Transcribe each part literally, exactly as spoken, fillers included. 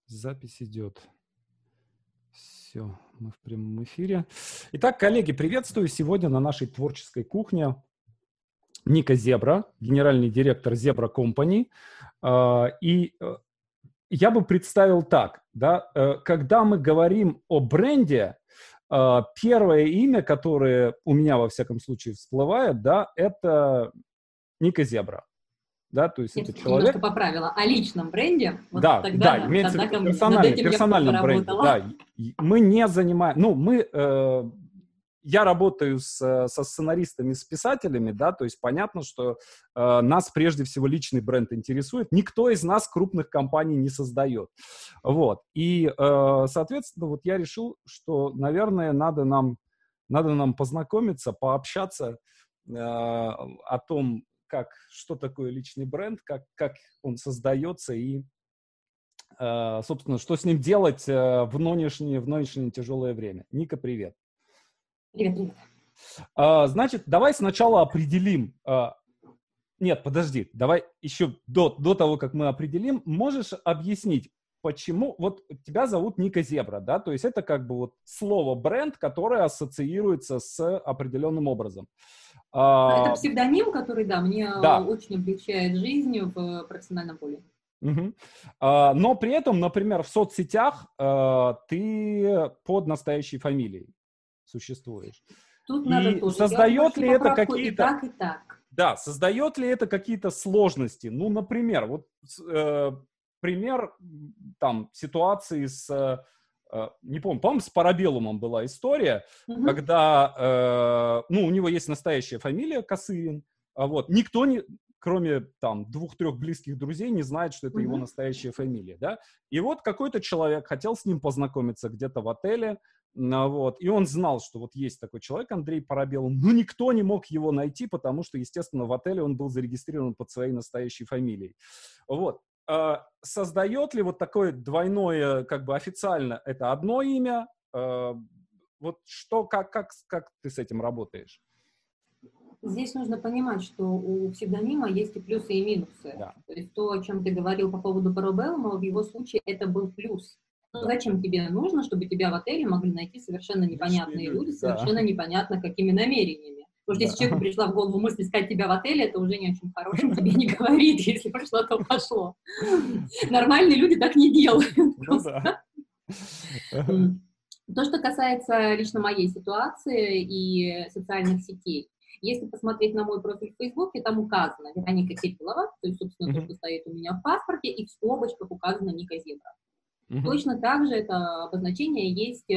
Запись идет. Все, мы в прямом эфире. Итак, коллеги, приветствую. Сегодня на нашей творческой кухне Ника Зебра, генеральный директор Zebra Company. И я бы представил так, да, когда мы говорим о бренде, первое имя, которое у меня, во всяком случае, всплывает, да, это Ника Зебра. Да, то есть Я это немножко человек... поправила. О личном бренде. Вот да, тогда, да, имеется в виду персональном, персональном бренде. Да, мы не занимаем... Ну, мы... Э, я работаю с, со сценаристами, с писателями, да, то есть понятно, что э, нас прежде всего личный бренд интересует. Никто из нас крупных компаний не создает. Вот. И, э, соответственно, вот я решил, что, наверное, надо нам, надо нам познакомиться, пообщаться э, о том, как, что такое личный бренд, как, как он создается и, э, собственно, что с ним делать э, в нынешнее, в нынешнее тяжелое время. Ника, привет. Привет, привет. А, значит, давай сначала определим. А, нет, подожди, давай еще до, до того, как мы определим, можешь объяснить, почему... Вот тебя зовут Ника Зебра, да? То есть это как бы вот слово бренд, которое ассоциируется с определенным образом. Это псевдоним, который, да, мне да. очень облегчает жизнь в профессиональном поле. Угу. А, но при этом, например, в соцсетях а, ты под настоящей фамилией существуешь. Тут и надо тоже создает ли это какие-то... и так, и так. Да, создает ли это какие-то сложности? Ну, например, вот э, пример там ситуации с... Э, не помню, по-моему, с Парабеллумом была история, угу. когда, э, ну, у него есть настоящая фамилия Косырин, а вот никто не... кроме там двух-трех близких друзей, не знает, что это mm-hmm. его настоящая фамилия, да. И вот какой-то человек хотел с ним познакомиться где-то в отеле, вот, и он знал, что вот есть такой человек, Андрей Парабеллум, но никто не мог его найти, потому что, естественно, в отеле он был зарегистрирован под своей настоящей фамилией. Вот. Создает ли вот такое двойное, как бы официально, это одно имя? Вот что, как, как, как ты с этим работаешь? Здесь нужно понимать, что у псевдонима есть и плюсы, и минусы. Да. То есть то, о чем ты говорил по поводу Парабеллума, в его случае это был плюс. Ну, да. Зачем тебе нужно, чтобы тебя в отеле могли найти совершенно непонятные люди, люди совершенно да. непонятно какими намерениями? Потому что да. если человеку пришла в голову мысль искать тебя в отеле, это уже не очень хорошим тебе не говорит, если пошло, то пошло. Нормальные люди так не делают. То, что касается лично моей ситуации и социальных сетей, если посмотреть на мой профиль в Фейсбуке, там указано Вероника Кириллова, то есть, собственно, uh-huh. то, что стоит у меня в паспорте, и в скобочках указано Ника Зебра. Uh-huh. Точно так же это обозначение есть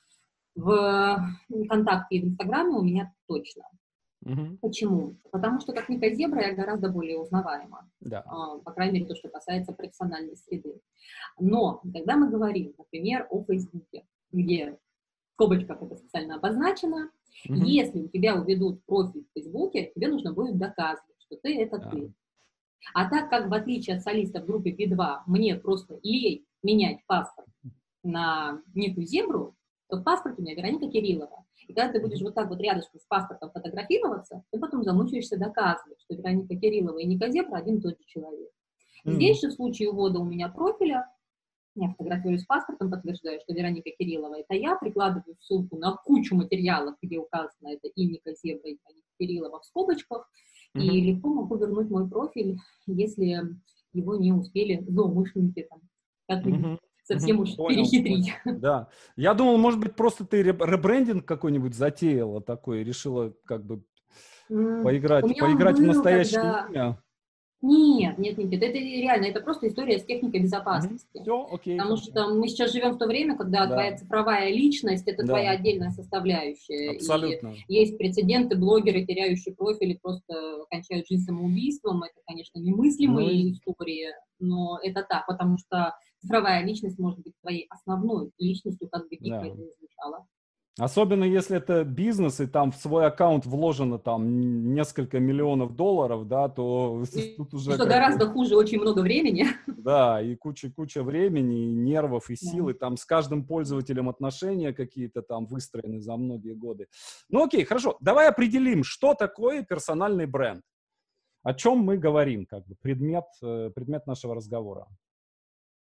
в ВКонтакте и в Инстаграме у меня точно. Uh-huh. Почему? Потому что как Ника Зебра я гораздо более узнаваема, да. по крайней мере, то, что касается профессиональной среды. Но, когда мы говорим, например, о Фейсбуке, где в скобочках это специально обозначено, Mm-hmm. если у тебя уведут профиль в Фейсбуке, тебе нужно будет доказывать, что ты — это yeah. ты. А так как, в отличие от солиста в группе би два, мне просто лень менять паспорт на Нику Зебру, то в паспорте у меня Вероника Кириллова. И когда ты будешь вот так вот рядышком с паспортом фотографироваться, ты потом замучаешься доказывать, что Вероника Кириллова и Ника Зебра один и тот же человек. Mm-hmm. Здесь же в случае увода у меня профиля, я фотографируюсь с паспортом, подтверждаю, что Вероника Кириллова — это я, прикладываю ссылку на кучу материалов, где указано это и Ника Зебра, и Вероника Кириллова в скобочках, mm-hmm. и легко могу вернуть мой профиль, если его не успели злоумышленники там как-нибудь mm-hmm. совсем уж понял, перехитрить. Понял. Да. Я думал, может быть, просто ты ребрендинг какой-нибудь затеяла такой, решила как бы mm-hmm. поиграть, поиграть в настоящее когда... имя. Нет, нет, нет, это реально, это просто история с техникой безопасности. Mm-hmm. Все, окей. Потому okay. что мы сейчас живем в то время, когда да. твоя цифровая личность — это да. твоя отдельная составляющая. Абсолютно. И есть прецеденты, блогеры, теряющие профили, просто кончают жизнь самоубийством. Это, конечно, немыслимые ну, истории, но это так, потому что цифровая личность может быть твоей основной личностью, как бы дико да. это ни звучало. Особенно если это бизнес, и там в свой аккаунт вложено там несколько миллионов долларов, да, то и, тут уже... Что гораздо бы, хуже, очень много времени. Да, и куча-куча времени, и нервов, и сил, да. и там с каждым пользователем отношения какие-то там выстроены за многие годы. Ну окей, хорошо, давай определим, что такое персональный бренд. О чем мы говорим, как бы, предмет, предмет нашего разговора.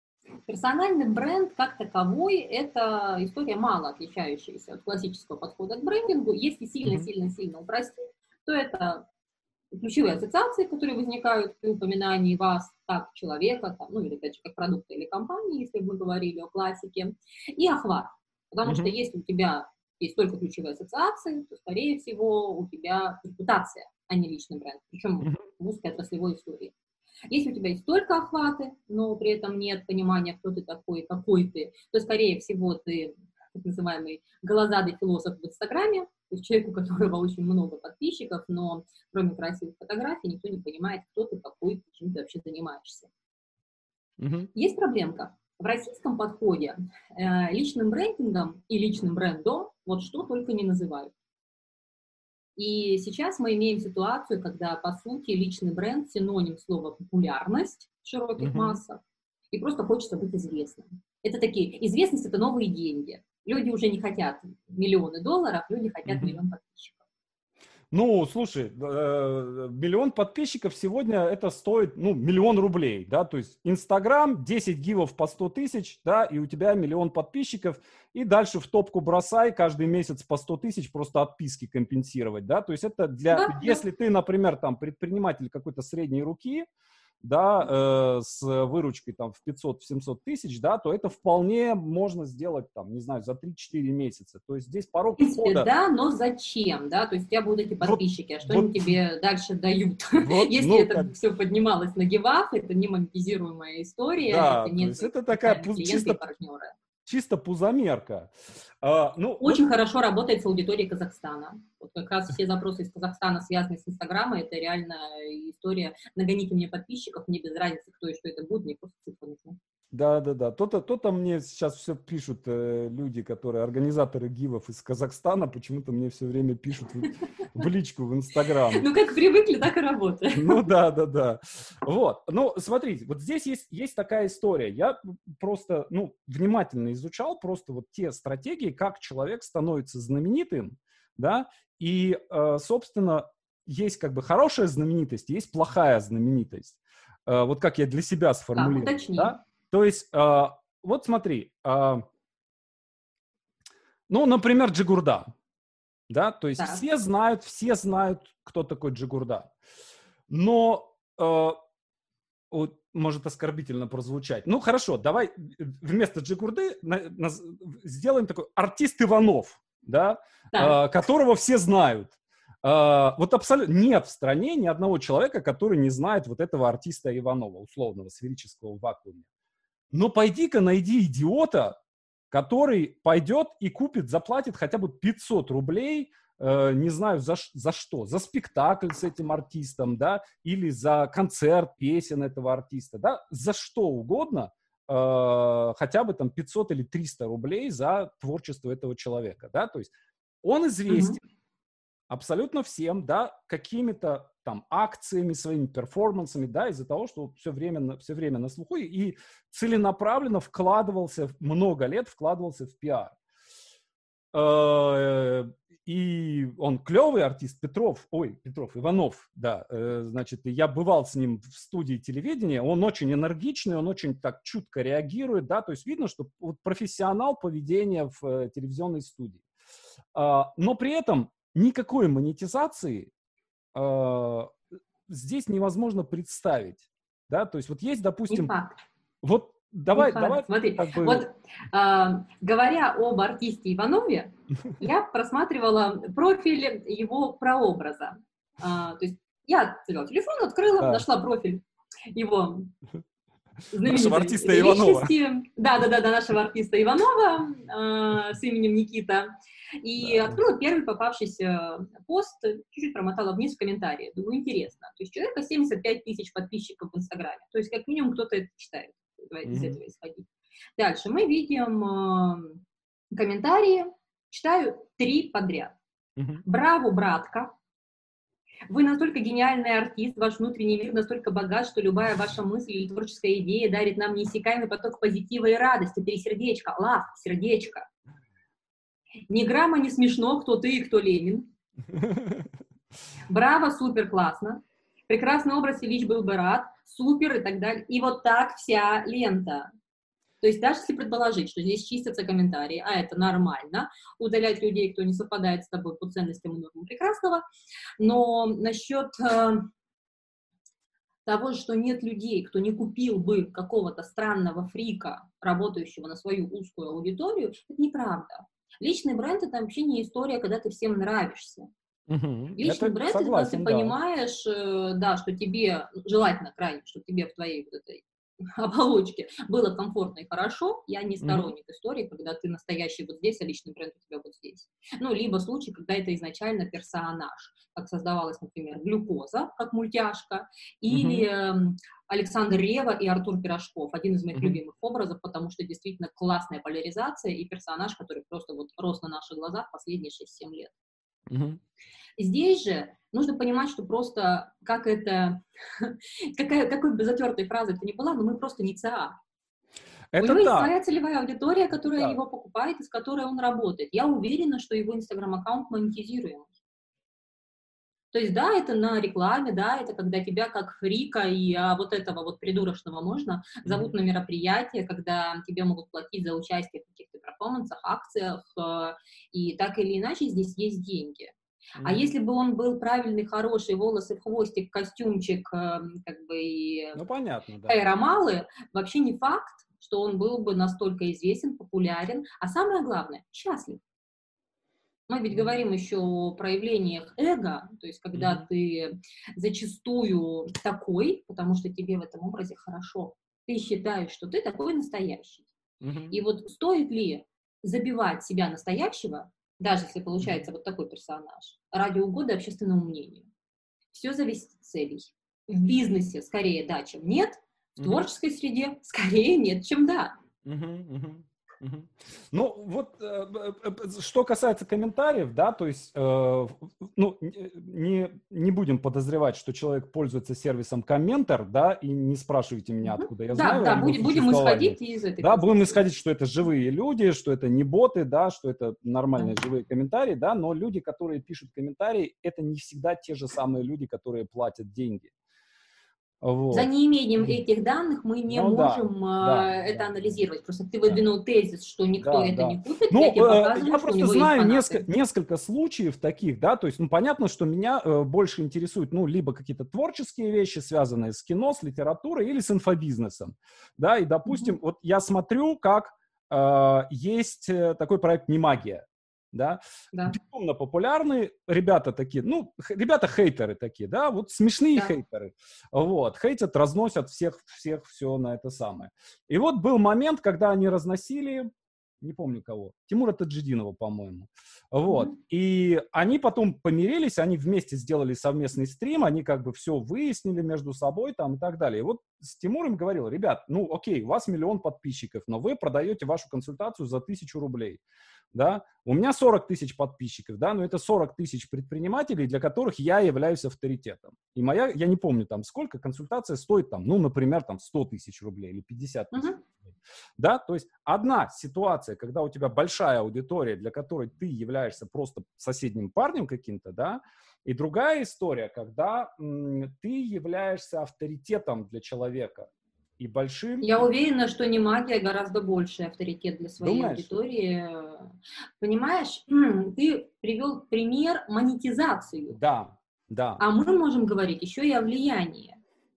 персональный бренд как таковой – это история, мало отличающаяся от классического подхода к брендингу. Если сильно-сильно-сильно упростить, то это ключевые ассоциации, которые возникают при упоминании вас как человека, там, ну или опять же как продукта или компании, если мы говорили о классике, и охват. Потому mm-hmm. что если у тебя есть только ключевые ассоциации, то, скорее всего, у тебя репутация, а не личный бренд, причем mm-hmm. в узкой отраслевой истории. Если у тебя есть только охваты, но при этом нет понимания, кто ты такой, какой ты, то, скорее всего, ты так называемый голозадый философ в Инстаграме, то есть человек, у которого очень много подписчиков, но кроме красивых фотографий никто не понимает, кто ты, какой ты, чем ты вообще занимаешься. Mm-hmm. Есть проблемка. В российском подходе э, личным брендингом и личным брендом вот что только не называют. И сейчас мы имеем ситуацию, когда, по сути, личный бренд — синоним слова «популярность» в широких mm-hmm. массах, и просто хочется быть известным. Это такие, известность — это новые деньги. Люди уже не хотят миллионы долларов, люди хотят mm-hmm. миллион подписчиков. Ну, слушай, э, миллион подписчиков сегодня это стоит, ну, миллион рублей, да, то есть Инстаграм, десять гивов по сто тысяч, да, и у тебя миллион подписчиков, и дальше в топку бросай каждый месяц по сто тысяч просто отписки компенсировать, да, то есть это для, да, если да. ты, например, там, предприниматель какой-то средней руки, да, э, с выручкой там в пятьсот-семьсот тысяч, да, то это вполне можно сделать там, не знаю, за три-четыре месяца. То есть здесь порог входа... Да, но зачем, да, то есть у тебя будут эти подписчики, вот, а что вот, они тебе дальше дают? Вот, Если ну, это как... все поднималось на гивах, это не монетизируемая история, да, это не это такая пуз... чисто, чисто пузомерка. А, ну, Очень вот... хорошо работает с аудиторией Казахстана. Вот как раз все запросы из Казахстана, связанные с Инстаграма, это реально история. Нагоните мне подписчиков, мне без разницы, кто и что это будет, мне просто цифры нужны. Да, да, да. То-то, то-то мне сейчас все пишут э, люди, которые организаторы гивов из Казахстана, почему-то мне все время пишут в, в личку в Инстаграм. Ну, как привыкли, так и работает. Ну, да, да, да. Вот. Ну, смотрите, вот здесь есть, есть такая история. Я просто, ну, внимательно изучал просто вот те стратегии, как человек становится знаменитым, да, и, э, собственно, есть как бы хорошая знаменитость, есть плохая знаменитость. Э, вот как я для себя сформулировал. Так, уточни. Да? То есть, э, вот смотри, э, ну, например, Джигурда, да, то есть так. все знают, все знают, кто такой Джигурда, но, э, вот, может оскорбительно прозвучать, ну, хорошо, давай вместо Джигурды на, на, сделаем такой артист Иванов, да, э, которого все знают. Uh, вот абсолютно нет в стране ни одного человека, который не знает вот этого артиста Иванова, условного, сферического в вакууме. Но пойди-ка найди идиота, который пойдет и купит, заплатит хотя бы пятьсот рублей, э, не знаю за, за что, за спектакль с этим артистом, да, или за концерт песен этого артиста, да, за что угодно, э, хотя бы там пятьсот или триста рублей за творчество этого человека, да, то есть он известен. Mm-hmm. Абсолютно всем, да, какими-то там акциями, своими перформансами, да, из-за того, что все время, все время на слуху и целенаправленно вкладывался, много лет вкладывался в пиар. И он клевый артист, Петров, ой, Петров, Иванов, да, значит, я бывал с ним в студии телевидения, он очень энергичный, он очень так чутко реагирует, да, то есть видно, что вот профессионал поведения в телевизионной студии. Но при этом никакой монетизации э, здесь невозможно представить, да, то есть вот есть, допустим, вот давай, давай, смотри, как бы... вот э, говоря об артисте Иванове, я просматривала профиль его прообраза, э, то есть я взяла телефон, открыла, да. нашла профиль его нашего артиста Иванова. Да, да, да, да, нашего артиста Иванова э, с именем Никита. И да. открыла первый попавшийся пост, чуть-чуть промотала вниз в комментарии. Думаю, интересно. То есть человека семьдесят пять тысяч подписчиков в Инстаграме. То есть как минимум кто-то это читает. Давайте mm-hmm. из этого исходить. Дальше мы видим э, комментарии. Читаю три подряд. Mm-hmm. Браво, братка. Вы настолько гениальный артист, ваш внутренний мир настолько богат, что любая ваша мысль или творческая идея дарит нам неиссякаемый поток позитива и радости. Три сердечка. Лав, сердечко. Ни грамма не смешно, кто ты и кто Ленин. Браво, супер, классно. Прекрасный образ, Ильич был бы рад. Супер и так далее. И вот так вся лента. То есть даже если предположить, что здесь чистятся комментарии, а это нормально, удалять людей, кто не совпадает с тобой по ценностям и нормам прекрасного, но насчет э, того, что нет людей, кто не купил бы какого-то странного фрика, работающего на свою узкую аудиторию, это неправда. Личный бренд — это вообще не история, когда ты всем нравишься. Угу. Личный Это бренд — это когда ты согласен, да. понимаешь, э, да, что тебе, желательно крайне, чтобы тебе в твоей вот этой оболочке было комфортно и хорошо. Я не сторонник mm-hmm. истории, когда ты настоящий вот здесь, а личный бренд у тебя вот здесь. Ну, либо случай, когда это изначально персонаж, как создавалась, например, Глюкоза, как мультяшка, или mm-hmm. э, Александр Ревва и Артур Пирожков, один из моих mm-hmm. любимых образов, потому что действительно классная поляризация и персонаж, который просто вот рос на наших глазах последние шесть-семь лет. Mm-hmm. Здесь же нужно понимать, что просто, как это, какая, какой бы затертой фразой это ни была, но мы просто не ЦА. Это У него да. есть своя целевая аудитория, которая да. его покупает и с которой он работает. Я уверена, что его инстаграм-аккаунт монетизируем. То есть, да, это на рекламе, да, это когда тебя как фрика и а, вот этого вот придурочного можно зовут mm-hmm. на мероприятие, когда тебе могут платить за участие в каких-то перформансах, акциях, э, и так или иначе здесь есть деньги. Mm-hmm. А если бы он был правильный, хороший, волосы в хвостик, костюмчик, э, как бы и ну, понятно, да. аэромалы, вообще не факт, что он был бы настолько известен, популярен, а самое главное, счастлив. Мы ведь mm-hmm. говорим еще о проявлениях эго, то есть когда mm-hmm. ты зачастую такой, потому что тебе в этом образе хорошо, ты считаешь, что ты такой настоящий. Mm-hmm. И вот стоит ли забивать себя настоящего, даже если получается mm-hmm. вот такой персонаж, ради угода общественному мнению. Все зависит от целей. В бизнесе скорее да, чем нет, в mm-hmm. творческой среде скорее нет, чем да. Mm-hmm. Mm-hmm. Mm-hmm. Ну, вот, э, э, что касается комментариев, да, то есть, э, ну, не, не будем подозревать, что человек пользуется сервисом Комментор, да, и не спрашивайте меня, mm-hmm. откуда я да, знаю. Да, будем, будем исходить из этой. Да, будем исходить, что это живые люди, что это не боты, да, что это нормальные mm-hmm. живые комментарии, да, но люди, которые пишут комментарии, это не всегда те же самые люди, которые платят деньги. Вот. За неимением этих данных мы не ну, можем да, э, да, это да, анализировать. Просто ты выдвинул да. тезис, что никто да, это да. не купит. Ну, я тебе показываю, я что просто знаю несколько, несколько случаев таких, да, то есть, ну, понятно, что меня э, больше интересуют, ну, либо какие-то творческие вещи, связанные с кино, с литературой или с инфобизнесом, да, и, допустим, mm-hmm. вот я смотрю, как э, есть такой проект «Не магия». Да? Да. Безумно популярные ребята такие, ну, х- ребята хейтеры такие, да, вот смешные да. хейтеры, вот, хейтят, разносят всех, всех все на это самое. И вот был момент, когда они разносили, не помню кого, Тимура Таджидинова, по-моему, вот, mm-hmm. и они потом помирились, они вместе сделали совместный стрим, они как бы все выяснили между собой там и так далее. И вот с Тимуром говорил: ребят, ну, окей, у вас миллион подписчиков, но вы продаете вашу консультацию за тысячу рублей. Да, у меня сорок тысяч подписчиков, да, но это сорок тысяч предпринимателей, для которых я являюсь авторитетом. И моя, я не помню там сколько, консультация стоит там, ну, например, там сто тысяч рублей или пятьдесят тысяч uh-huh. рублей. Да, то есть одна ситуация, когда у тебя большая аудитория, для которой ты являешься просто соседним парнем каким-то, да, и другая история, когда м, ты являешься авторитетом для человека. И большим... Я уверена, что не магия, гораздо больший авторитет для своей Думаешь? аудитории. Понимаешь, ты привел пример монетизацию. Да, да. А мы можем говорить еще и о влиянии.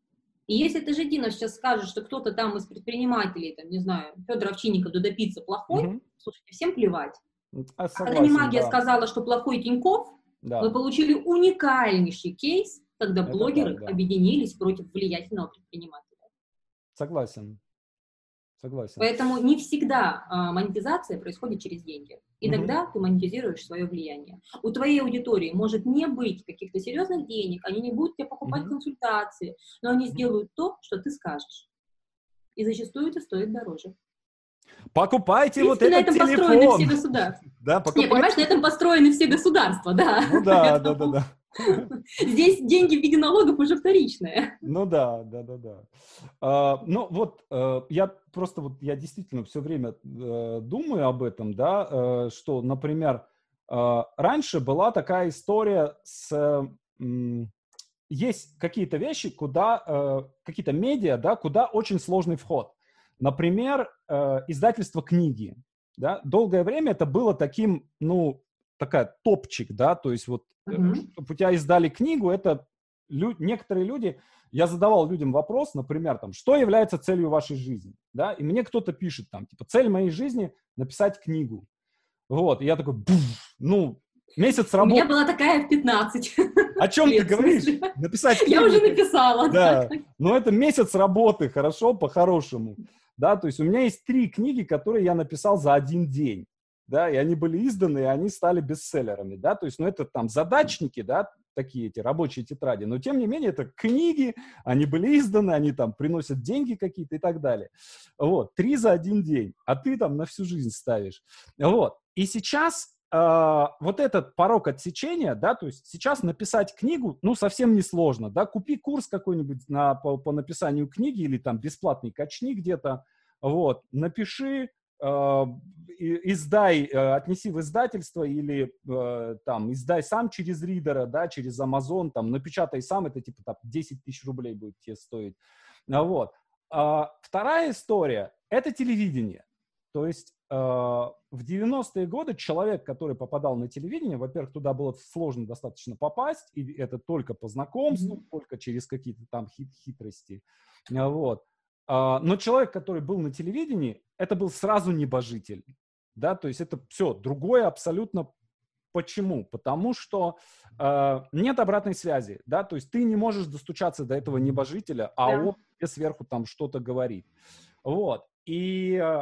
И если ты, Жидинов, сейчас скажешь, что кто-то там из предпринимателей, там, не знаю, Федор Овчинников, Додо Пицца плохой, угу. слушайте, всем плевать. А, согласен, когда не магия да. сказала, что плохой Тинькофф, да. мы получили уникальнейший кейс, когда Это блогеры так, да. объединились против влиятельного предпринимателя. Согласен. Согласен. Поэтому не всегда а, монетизация происходит через деньги. Иногда mm-hmm. ты монетизируешь свое влияние. У твоей аудитории может не быть каких-то серьезных денег, они не будут тебе покупать mm-hmm. консультации, но они сделают то, что ты скажешь. И зачастую это стоит дороже. Покупайте вот этот на этом телефон. построены все государства. Да, покупайте. Не, понимаешь, на этом построены все государства, да. Ну да, да, да, да. Здесь деньги в виде налогов уже вторичные. Ну да, да, да, да. А, ну вот а, я просто вот я действительно все время а, думаю об этом, да, а, что, например, а, раньше была такая история с м, есть какие-то вещи, куда а, какие-то медиа, да, куда очень сложный вход. Например, э, издательство книги. Да? Долгое время это было таким, ну, такая топчик, да, то есть вот, Мгм. чтобы у тебя издали книгу, это лю- некоторые люди, я задавал людям вопрос, например, там, что является целью вашей жизни, да, и мне кто-то пишет там, типа, цель моей жизни написать книгу, вот, и я такой, «Буф, ну, месяц У меня работы, была такая в пятнадцать о чем ты лет, в говоришь? смысле. Написать Я книгу, уже это- написала. да, но это месяц работы, хорошо, по-хорошему, да, то есть у меня есть три книги, которые я написал за один день, да, и они были изданы, и они стали бестселлерами, да, то есть, ну, это там задачники, да, такие эти рабочие тетради, но тем не менее это книги, они были изданы, они там приносят деньги какие-то и так далее, вот, три за один день, а ты там на всю жизнь ставишь, вот, и сейчас э, вот этот порог отсечения, да, то есть сейчас написать книгу, ну, совсем не сложно, да, купи курс какой-нибудь на, по, по написанию книги или там бесплатный качни где-то, вот, напиши, э, и- издай, э, отнеси в издательство или э, там издай сам через ридера, да, через Amazon, там, напечатай сам, это типа там десять тысяч рублей будет тебе стоить, а, вот. А, вторая история – это телевидение. То есть э, в девяностые годы человек, который попадал на телевидение, во-первых, туда было сложно достаточно попасть, и это только по знакомству, Мгм. только через какие-то там хит хитрости. А, вот. А, но человек, который был на телевидении, это был сразу небожитель. Да? То есть это все другое абсолютно. Почему? Потому что э, нет обратной связи. Да? То есть ты не можешь достучаться до этого небожителя, а Да. он тебе сверху там что-то говорит. Вот. И э,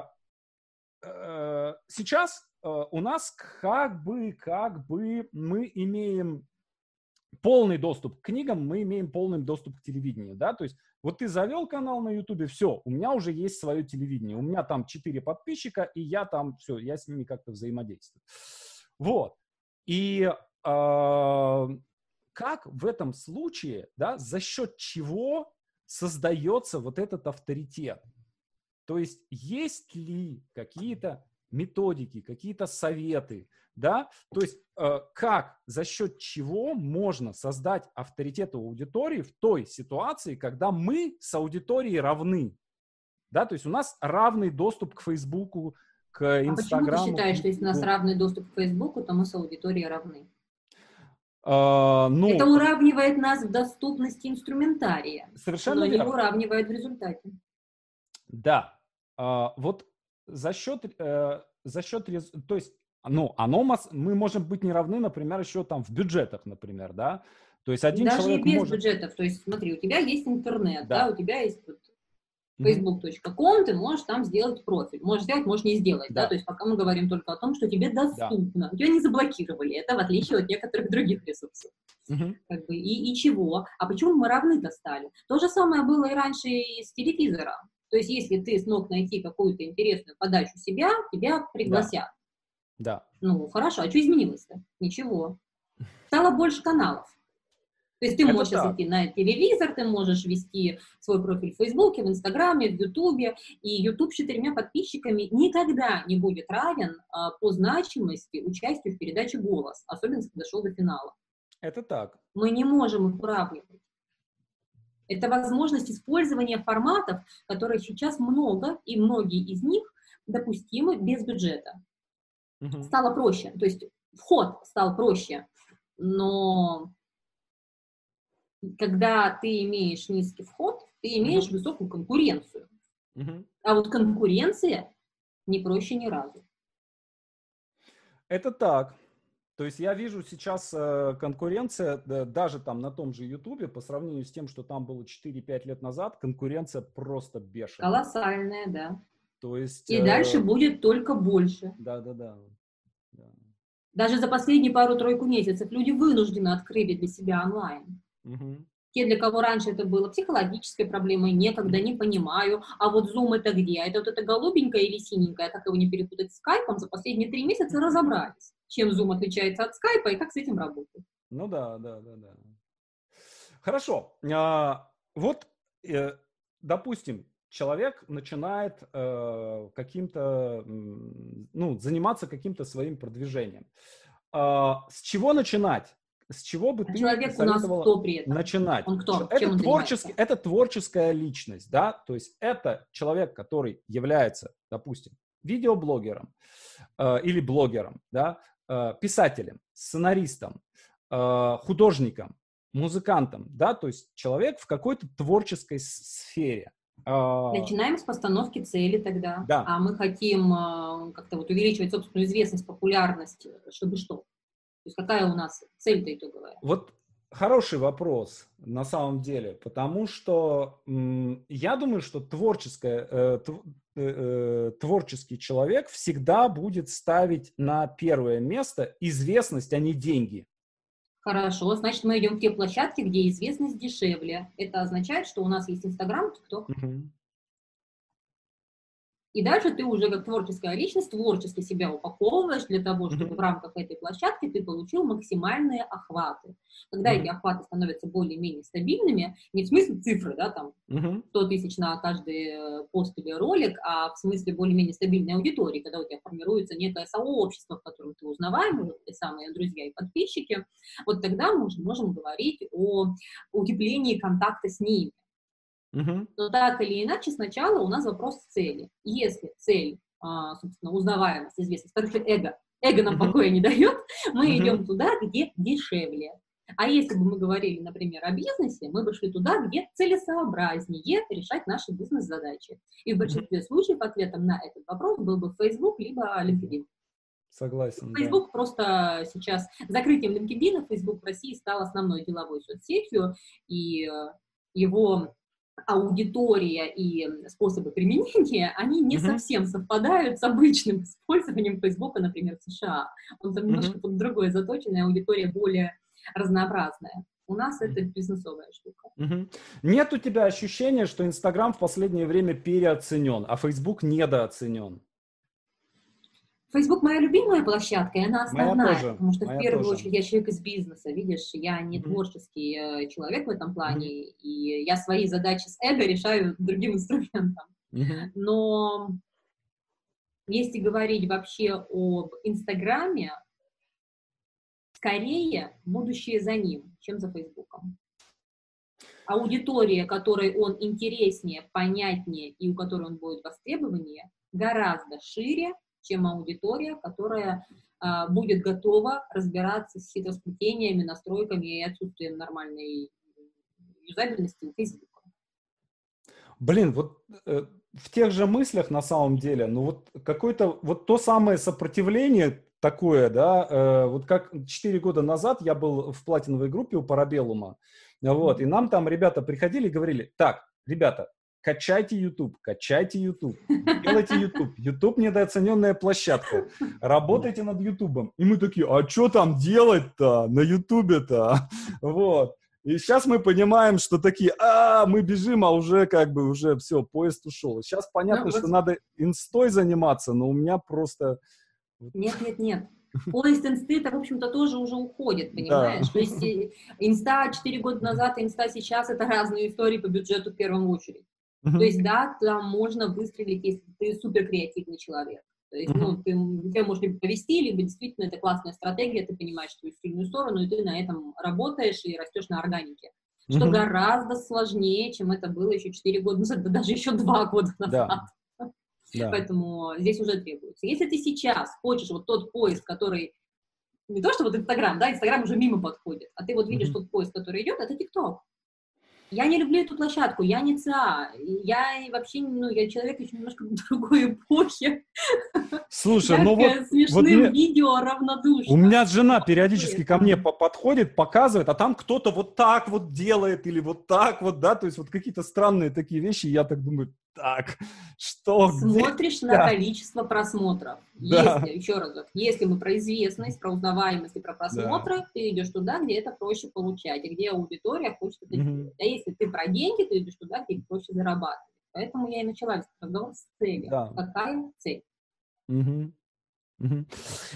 э, сейчас э, у нас как бы, как бы мы имеем полный доступ к книгам, мы имеем полный доступ к телевидению, да, то есть вот ты завел канал на Ютубе, все, у меня уже есть свое телевидение, у меня там четыре подписчика, и я там, все, я с ними как-то взаимодействую. Вот. И э, как в этом случае, да, за счет чего создается вот этот авторитет? То есть есть ли какие-то методики, какие-то советы, да? То есть э, как, за счет чего можно создать авторитет у аудитории в той ситуации, когда мы с аудиторией равны, да? То есть у нас равный доступ к Фейсбуку, к А почему ты Инстаграму, к считаешь, что если у нас Ютубу. равный доступ к Фейсбуку, то мы с аудиторией равны? Э, Это ну, уравнивает нас в доступности инструментария, совершенно но не верно. уравнивает в результате. Да, а, вот за счет, э, за счет, рез- то есть, ну, оно, мас- мы можем быть не равны, например, еще там в бюджетах, например, да, то есть один Даже и человек без может, бюджетов. То есть, смотри, у тебя есть интернет, да, да, у тебя есть вот мгм, фейсбук точка ком, ты можешь там сделать профиль. Можешь сделать, можешь не сделать, да, то да, есть пока мы говорим только о том, что тебе да, доступно. Тебя не заблокировали, это в отличие от некоторых других ресурсов. мгм, Как бы, и, и чего? А почему мы равны-то стали? То же самое было и раньше и с телевизором. То есть если ты смог найти какую-то интересную подачу себя, тебя да, пригласят. да, Ну, хорошо, а что изменилось-то? Ничего. Стало больше каналов. То есть ты это можешь сейчас так, идти на телевизор, ты можешь вести свой профиль в Фейсбуке, в Инстаграме, в Ютубе, и Ютуб с четырьмя подписчиками никогда не будет равен а, по значимости участию в передаче «Голос», особенно если дошел до финала. это так, Мы не можем их уравнивать. Это возможность использования форматов, которых сейчас много, и многие из них допустимы без бюджета. мгм, Стало проще, то есть вход стал проще, но когда ты имеешь низкий вход, ты имеешь мгм, высокую конкуренцию. мгм. А вот конкуренция не проще ни разу. Это так. То есть я вижу сейчас э, конкуренция, да, даже там на том же Ютубе, по сравнению с тем, что там было четыре-пять лет назад, конкуренция просто бешеная. Колоссальная, да. То есть, И дальше э, будет только больше. да, да, да, да. Даже за последние пару-тройку месяцев люди вынуждены открыли для себя онлайн. Мгм. Те, для кого раньше это было психологической проблемой, некогда, Мгм. не понимаю, а вот Zoom это где? А это вот это голубенькое или синенькое? Как его не перепутать с скайпом? За последние три месяца разобрались, чем Zoom отличается от скайпа и как с этим работать. Ну да, да, да, да. Хорошо. А, вот, э, допустим, человек начинает э, каким-то, м, ну, заниматься каким-то своим продвижением. А, с чего начинать? с чего бы А ты человек у нас советовала кто при этом? начинать? Он кто? Это, Чем он творческий, занимается? это творческая личность, да, то есть это человек, который является, допустим, видеоблогером э, или блогером, да, э, писателем, сценаристом, э, художником, музыкантом, да, то есть человек в какой-то творческой сфере. Начинаем с постановки цели тогда. Да. А мы хотим э, как-то вот увеличивать собственную известность, популярность, чтобы что? То есть какая у нас цель-то итоговая? Вот хороший вопрос на самом деле, потому что м, я думаю, что творческое, э, тв, э, э, творческий человек всегда будет ставить на первое место известность, а не деньги. Хорошо, значит, мы идем в те площадки, где известность дешевле. Это означает, что у нас есть Инстаграм, ТикТок. Угу. И дальше ты уже как творческая личность творчески себя упаковываешь для того, чтобы Угу. в рамках этой площадки ты получил максимальные охваты. Когда Угу. эти охваты становятся более-менее стабильными, не в смысле цифры, да, там, Угу. сто тысяч на каждый пост или ролик, а в смысле более-менее стабильной аудитории, когда у тебя формируется некое сообщество, в котором ты узнаваемый, вот те самые друзья и подписчики, вот тогда мы уже можем говорить о укреплении контакта с ними. Угу. Но так или иначе, сначала у нас вопрос цели. Если цель, а, собственно, узнаваемость, известность, короче, эго, эго нам покоя не дает, мы Мгм. идем туда, где дешевле. А если бы мы говорили, например, о бизнесе, мы бы шли туда, где целесообразнее решать наши бизнес-задачи. И в большинстве случаев ответом на этот вопрос был бы Facebook либо LinkedIn. Согласен, да. Facebook просто сейчас, закрытием LinkedIn, Facebook в России стал основной деловой соцсетью, и э, его аудитория и способы применения, они не Мгм. совсем совпадают с обычным использованием Facebook, например, в США. Он там немножко Мгм. под другое заточен, и аудитория более разнообразная. У нас это Мгм. бизнесовая штука. Мгм. Нет у тебя ощущения, что Инстаграм в последнее время переоценен, а Facebook недооценен? Facebook моя любимая площадка, и она Моя основная, тоже, потому что в моя первую тоже. очередь я человек из бизнеса, видишь, я не Мгм. творческий э, человек в этом Мгм. плане, и я свои задачи с эго решаю другим инструментом. Мгм. Но если говорить вообще об Инстаграме, скорее будущее за ним, чем за Фейсбуком. Аудитория, которой он интереснее, понятнее и у которой он будет востребованнее, гораздо шире, чем аудитория, которая а, будет готова разбираться с хитросплетениями, настройками и отсутствием нормальной юзабельности у Фейсбука. Блин, вот э, в тех же мыслях на самом деле, ну вот какое-то вот то самое сопротивление такое, да, э, вот как четыре года назад я был в платиновой группе у Парабеллума, вот, и нам там ребята приходили и говорили: так, ребята, качайте YouTube, качайте YouTube, делайте YouTube, YouTube недооцененная площадка, работайте над YouTube. И мы такие: а что там делать-то на YouTube-то? Вот. И сейчас мы понимаем, что такие, а, мы бежим, а уже как бы уже все, поезд ушел. Сейчас понятно, Ну, что вот. надо инстой заниматься, но у меня просто... Нет, нет, нет. Поезд инсты, это, в общем-то, тоже уже уходит, Да. понимаешь? То есть э, инста четыре года назад и инста сейчас — это разные истории по бюджету в первую очередь. То Мгм. есть, да, там можно выстрелить, если ты супер креативный человек. То есть, ну, Мгм. ты, тебя может либо повести, либо действительно это классная стратегия, ты понимаешь свою сильную сторону, и ты на этом работаешь и растешь на органике. Что Мгм. гораздо сложнее, чем это было еще четыре года назад, да даже еще два года назад. Да. Да. Поэтому здесь уже требуется. Если ты сейчас хочешь вот тот поиск, который... Не то, что вот Инстаграм, да, Инстаграм уже мимо подходит, а ты вот видишь Мгм. тот поиск, который идет, это ТикТок. Я не люблю эту площадку, я не ЦА, я вообще, ну, я человек еще немножко в другой эпохе. Слушай, Я ну вот, к вот смешным мне, видео у равнодушна. меня жена Вот периодически такое ко мне там. по- подходит, показывает, а там кто-то вот так вот делает или вот так вот, да, то есть вот какие-то странные такие вещи, и я так думаю: так, что, где Смотришь на я? количество просмотров. Если, Да, еще разок, если мы про известность, про узнаваемость и про да. просмотры, ты идешь туда, где это проще получать, и где аудитория хочет это Мгм. делать. А если ты про деньги, ты идешь туда, где их проще зарабатывать. Поэтому я и начала весь разговор с цели. Да. Какая цель? Мгм. Мгм.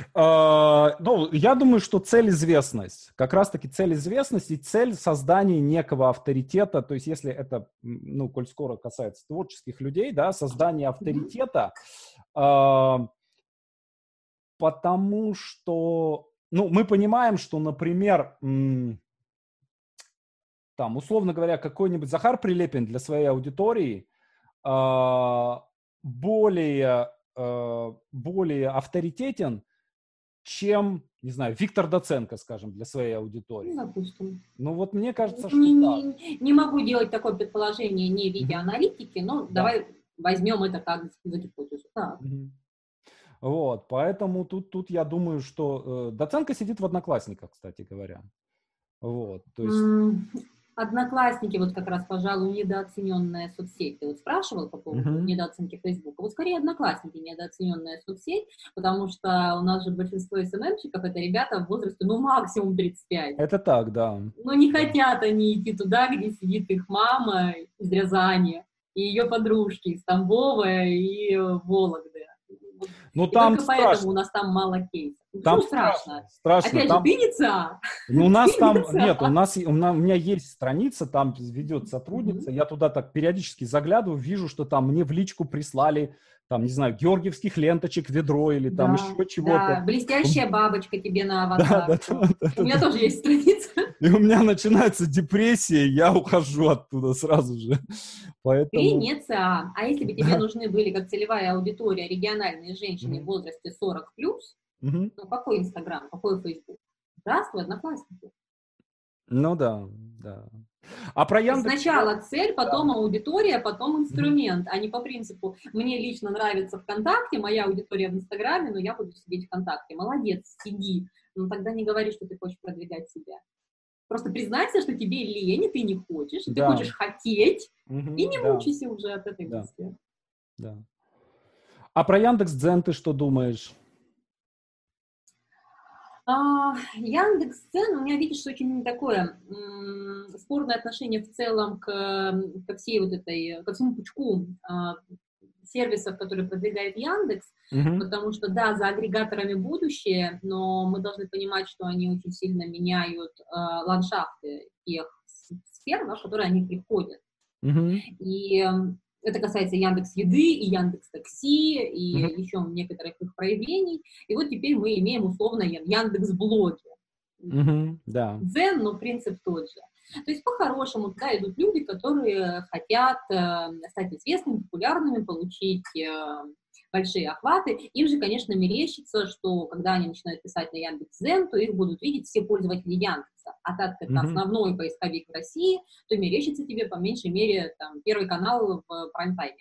А, ну, я думаю, что цель известность. Как раз-таки цель известность и цель создания некого авторитета. То есть, если это, м, ну, коль скоро касается творческих людей, да, создание Мгм. авторитета, а, потому что ну, мы понимаем, что, например, м, там, условно говоря, какой-нибудь Захар Прилепин для своей аудитории а, более, а, более авторитетен, чем, не знаю, Виктор Доценко, скажем, для своей Ну, аудитории. допустим. Ну, вот мне кажется, что Не, так. не, не могу делать такое предположение не в виде Мгм. аналитики, но Да. давай возьмем это как за гипотезу. Так. Мгм. Вот, поэтому тут, тут я думаю, что э, Доценко сидит в Одноклассниках, кстати говоря. Вот, то есть... М, Одноклассники, вот как раз, пожалуй, недооцененная соцсеть. Ты вот спрашивал по поводу Мгм. недооценки Фейсбука. Вот скорее Одноклассники недооцененная соцсеть, потому что у нас же большинство эс эм эм-щиков это ребята в возрасте, ну, максимум тридцать пять. Это так, да. Но не Да. хотят они идти туда, где сидит их мама из Рязани и ее подружки из Тамбова и Вологды. Вот. Ну, И там только поэтому у страшно. нас там мало кейсов. Ну, Там почему страшно? страшно. Страшно. Опять же, Там... ты не ЦА. Ну, у нас Ты не там, нет, у ЦА. нас, у, на- у меня есть страница, там ведет Мгм. сотрудница, я туда так периодически заглядываю, вижу, что там мне в личку прислали, там, не знаю, георгиевских ленточек ведро или там Да, еще чего-то. да, блестящая бабочка тебе на Да, да, аватарку. да, да, У меня да. тоже есть страница. И у меня начинается депрессия, я ухожу оттуда сразу же. Ты Поэтому, не ЦА. А если бы тебе да. нужны были как целевая аудитория региональные женщины в Мгм. возрасте сорок плюс, Мгм. ну какой Инстаграм, какой Фейсбук? Здравствуй, Одноклассники. Ну да, да. А про То есть Яндекс, сначала цель, да. потом аудитория, потом Мгм. инструмент, а не по принципу «мне лично нравится ВКонтакте, моя аудитория в Инстаграме, но я буду сидеть ВКонтакте». Молодец, сиди. Но тогда не говори, что ты хочешь продвигать себя. Просто признайся, что тебе лень, и ты не хочешь, и ты Да. хочешь хотеть, и Мгм. не Да, мучайся уже от этой да, мысли. да. А про Яндекс.Дзен ты что думаешь? А, Яндекс.Дзен, у меня, видишь, очень такое м, спорное отношение в целом к, м, ко всей вот этой, ко всему пучку а, сервисов, которые продвигает Яндекс, Мгм. потому что, да, за агрегаторами будущее, но мы должны понимать, что они очень сильно меняют а, ландшафты тех с- сфер, да, в которые они приходят. Мгм. И м, это касается Яндекс Еды и Яндекс Такси Мгм. и еще некоторых их проявлений. И вот теперь мы имеем условно Яндекс Блоги. Мгм. Да. Дзен, но принцип тот же. То есть по-хорошему туда идут люди, которые хотят э, стать известными, популярными, получить э, большие охваты. Им же, конечно, мерещится, что когда они начинают писать на Яндекс.Дзен, то их будут видеть все пользователи Яндекса. А так как это Мгм. основной поисковик в России, то мерещится тебе по меньшей мере там, первый канал в прайм-тайме.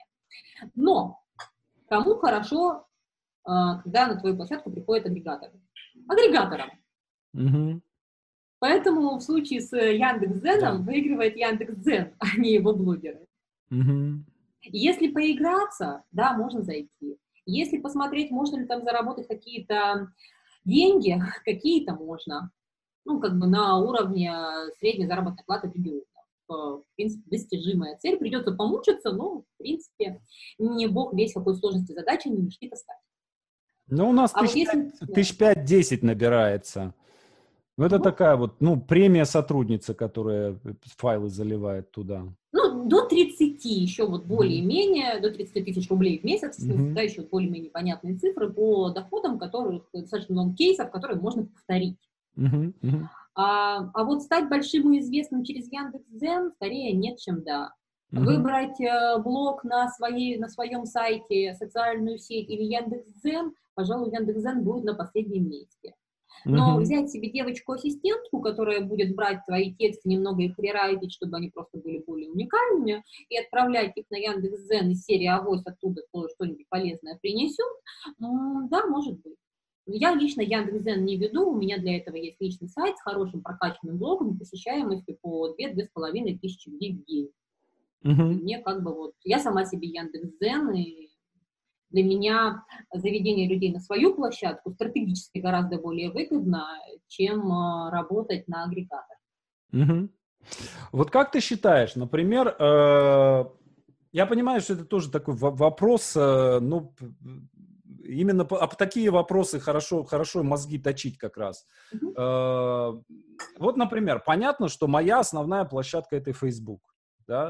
Но кому хорошо, э, когда на твою площадку приходят агрегаторы? Агрегаторам. Мгм. Поэтому в случае с Да. Яндекс.Дзеном выигрывает Яндекс.Дзен, а не его блогеры. Мгм. Если поиграться, да, можно зайти. Если посмотреть, можно ли там заработать какие-то деньги, какие-то можно. Ну, как бы на уровне средней заработной платы в регионах. Э, В принципе, достижимая цель. Придется помучиться, но, в принципе, не бог весь какой сложности задачи, не мешки таскать. Ну, у нас А вот тысяч если... пять, Да. тысяч пять-десять набирается. Ну, это Ага. такая вот, ну, премия сотрудницы, которая файлы заливает туда. Ну, до тридцати еще вот Мгм. более-менее, до тридцати тысяч рублей в месяц, в смысле, Мгм. да, еще более-менее понятные цифры по доходам, которых достаточно много кейсов, которые можно повторить. Мгм. Мгм. А, а вот стать большим и известным через Яндекс.Дзен скорее нет, чем да. Мгм. Выбрать э, блог на, своей, на своем сайте, социальную сеть или Яндекс.Дзен, пожалуй, Яндекс.Дзен будет на последнем месте. Но Мгм. взять себе девочку-ассистентку, которая будет брать твои тексты, немного их рерайтить, чтобы они просто были более уникальными, и отправлять их на Яндекс.Дзен из серии «Авось оттуда что-нибудь полезное принесет», м, да, может быть. Я лично Яндекс.Дзен не веду, у меня для этого есть личный сайт с хорошим прокачанным блогом, посещаемостью по две-две с половиной тысячи людей в день. И Мгм. мне как бы вот, я сама себе Яндекс.Дзен, и для меня заведение людей на свою площадку стратегически гораздо более выгодно, чем э, работать на агрегатор. Мгм. Вот как ты считаешь, например, э, я понимаю, что это тоже такой во- вопрос, э, ну, п- именно по- об такие вопросы хорошо, хорошо мозги точить как раз. Мгм. Э, Вот, например, понятно, что моя основная площадка — это Facebook, да.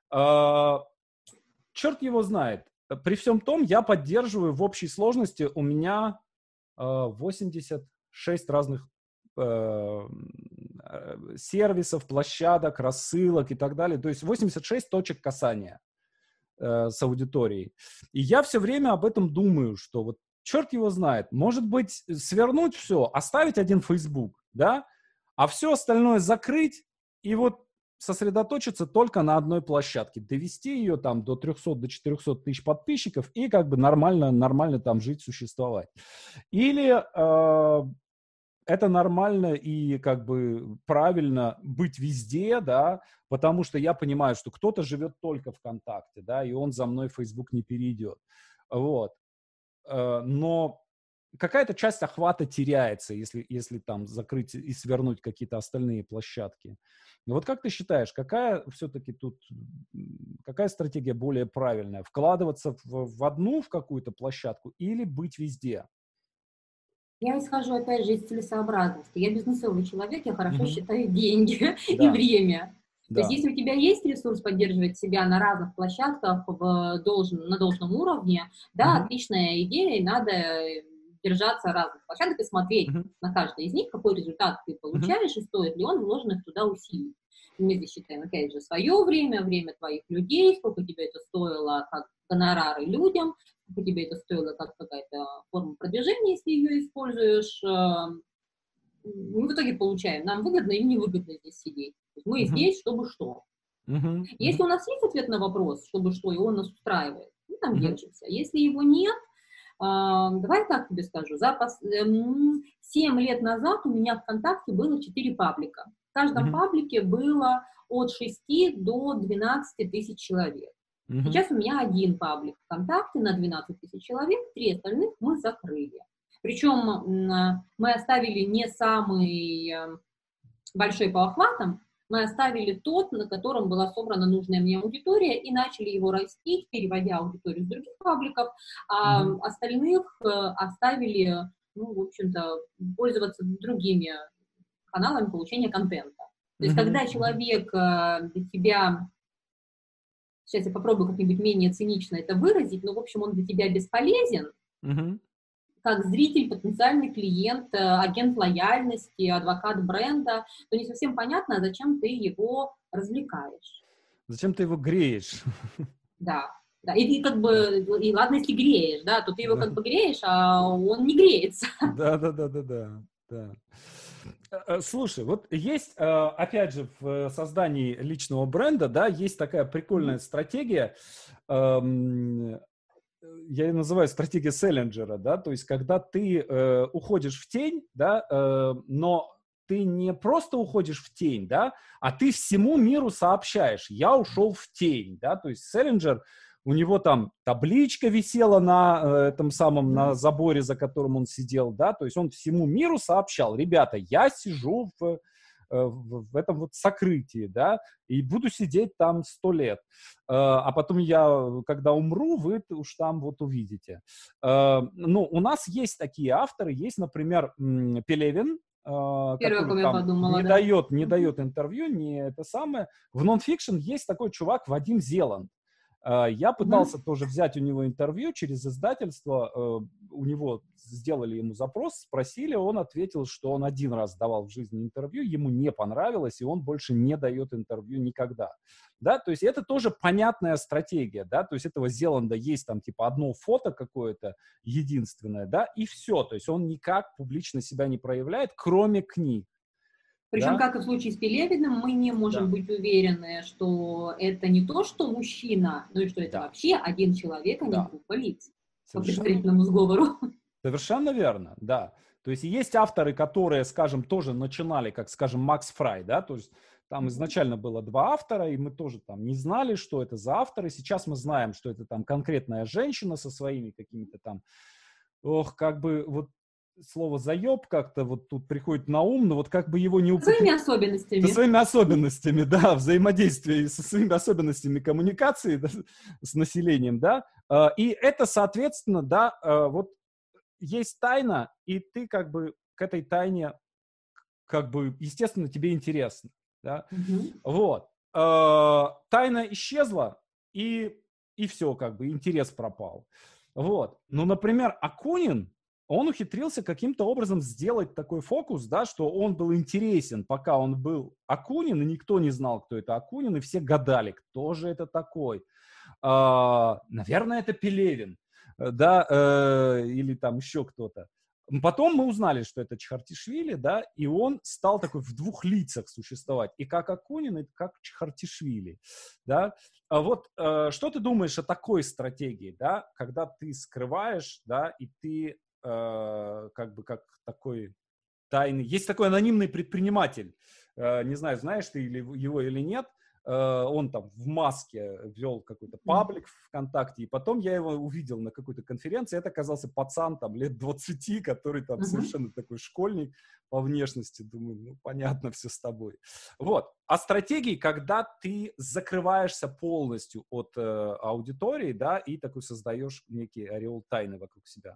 Э, Черт его знает. При всем том, я поддерживаю в общей сложности, у меня э, восемьдесят шесть разных э, сервисов, площадок, рассылок и так далее. То есть восемьдесят шесть точек касания э, с аудиторией. И я все время об этом думаю, что вот черт его знает, может быть, свернуть все, оставить один Facebook, да, а все остальное закрыть и вот сосредоточиться только на одной площадке, довести ее там до трехсот, до четырехсот тысяч подписчиков и как бы нормально, нормально там жить, существовать. Или э, это нормально и как бы правильно быть везде, да, потому что я понимаю, что кто-то живет только ВКонтакте, да, и он за мной в Facebook не перейдет. Вот. Э, но какая-то часть охвата теряется, если, если там закрыть и свернуть какие-то остальные площадки. Вот как ты считаешь, какая все-таки тут, какая стратегия более правильная? Вкладываться в, в одну, в какую-то площадку или быть везде? Я исхожу, опять же, из целесообразности. Я бизнесовый человек, я хорошо Угу. считаю деньги Да. и время. То Да. есть если у тебя есть ресурс поддерживать себя на разных площадках в должен, на должном уровне, да, Угу. отличная идея, и надо держаться разных площадок и смотреть Угу. на каждой из них, какой результат ты получаешь, и стоит ли он вложенных туда усилий. Мы здесь считаем, опять же, свое время, время твоих людей, сколько тебе это стоило как гонорары людям, сколько тебе это стоило как какая-то форма продвижения, если ее используешь. Мы в итоге получаем, нам выгодно или невыгодно здесь сидеть. Мы Угу. здесь, чтобы что. Угу. Если у нас есть ответ на вопрос, чтобы что, и он нас устраивает, мы там Угу. держимся. Если его нет, давай так тебе скажу, за семь лет назад у меня в ВКонтакте было четыре паблика. В каждом Угу. паблике было от шести до двенадцати тысяч человек. Угу. Сейчас у меня один паблик ВКонтакте на двенадцать тысяч человек, три остальных мы закрыли. Причем мы оставили не самый большой по охватам, мы оставили тот, на котором была собрана нужная мне аудитория, и начали его растить, переводя аудиторию с других пабликов, а mm-hmm. остальных оставили, ну, в общем-то, пользоваться другими каналами получения контента. То есть, mm-hmm. когда человек для тебя, сейчас я попробую как-нибудь менее цинично это выразить, но, в общем, он для тебя бесполезен, mm-hmm. как зритель, потенциальный клиент, агент лояльности, адвокат бренда, то не совсем понятно, зачем ты его развлекаешь. Зачем ты его греешь? Да, да. И, и как бы, и ладно, если греешь, да, то ты его да. как бы греешь, а он не греется. Да, да, да, да, да, да. Слушай, вот есть, опять же, в создании личного бренда, да, есть такая прикольная mm-hmm. стратегия. Я ее называю стратегия Селлинджера, да, то есть когда ты э, уходишь в тень, да, э, но ты не просто уходишь в тень, да, а ты всему миру сообщаешь: я ушел в тень, да, то есть Селлинджер, у него там табличка висела на э, этом самом, на заборе, за которым он сидел, да, то есть он всему миру сообщал: ребята, я сижу в... В, в этом вот сокрытии, да, и буду сидеть там сто лет. А потом я, когда умру, вы уж там вот увидите. Ну, у нас есть такие авторы, есть, например, Пелевин, Первый, который там подумала, не, да. дает, не дает интервью, не это самое. В нонфикшн есть такой чувак Вадим Зеланд. Я пытался mm-hmm. тоже взять у него интервью через издательство, у него сделали ему запрос, спросили, он ответил, что он один раз давал в жизни интервью, ему не понравилось, и он больше не дает интервью никогда. Да, то есть это тоже понятная стратегия, да, то есть этого Зеланда есть там типа одно фото какое-то единственное, да, и все, то есть он никак публично себя не проявляет, кроме книг. Причем, да? как и в случае с Пелевиным, мы не можем да. быть уверены, что это не то, что мужчина, но и что это да. вообще один человек, а да. не группа лиц. По предварительному сговору. Совершенно верно, да. То есть есть авторы, которые, скажем, тоже начинали, как, скажем, Макс Фрай, да, то есть там изначально было два автора, и мы тоже там не знали, что это за авторы. Сейчас мы знаем, что это там конкретная женщина со своими какими-то там, ох, как бы вот слово «заеб» как-то вот тут приходит на ум, но вот как бы его не употребить. Своими особенностями. Со своими особенностями, да, взаимодействия, со своими особенностями коммуникации да, с населением, да. И это, соответственно, да, вот есть тайна, и ты как бы к этой тайне, как бы, естественно, тебе интересно, да. Mm-hmm. Вот. Тайна исчезла, и, и все, как бы, интерес пропал. Вот. Ну, например, Акунин, он ухитрился каким-то образом сделать такой фокус, да, что он был интересен, пока он был Акунин, и никто не знал, кто это Акунин, и все гадали, кто же это такой. А, наверное, это Пелевин, да, э, или там еще кто-то. Потом мы узнали, что это Чхартишвили, да, и он стал такой в двух лицах существовать, и как Акунин, и как Чхартишвили, да. А вот э, что ты думаешь о такой стратегии, да, когда ты скрываешь, да, и ты э, как бы как такой тайный, есть такой анонимный предприниматель, э, не знаю, знаешь ты или его или нет, он там в маске вел какой-то паблик в ВКонтакте, и потом я его увидел на какой-то конференции, это оказался пацан там лет двадцати, который там uh-huh. совершенно такой школьник по внешности, думаю, ну понятно все с тобой. Вот, о стратегии, когда ты закрываешься полностью от э, аудитории, да, и такой создаешь некий ореол тайны вокруг себя.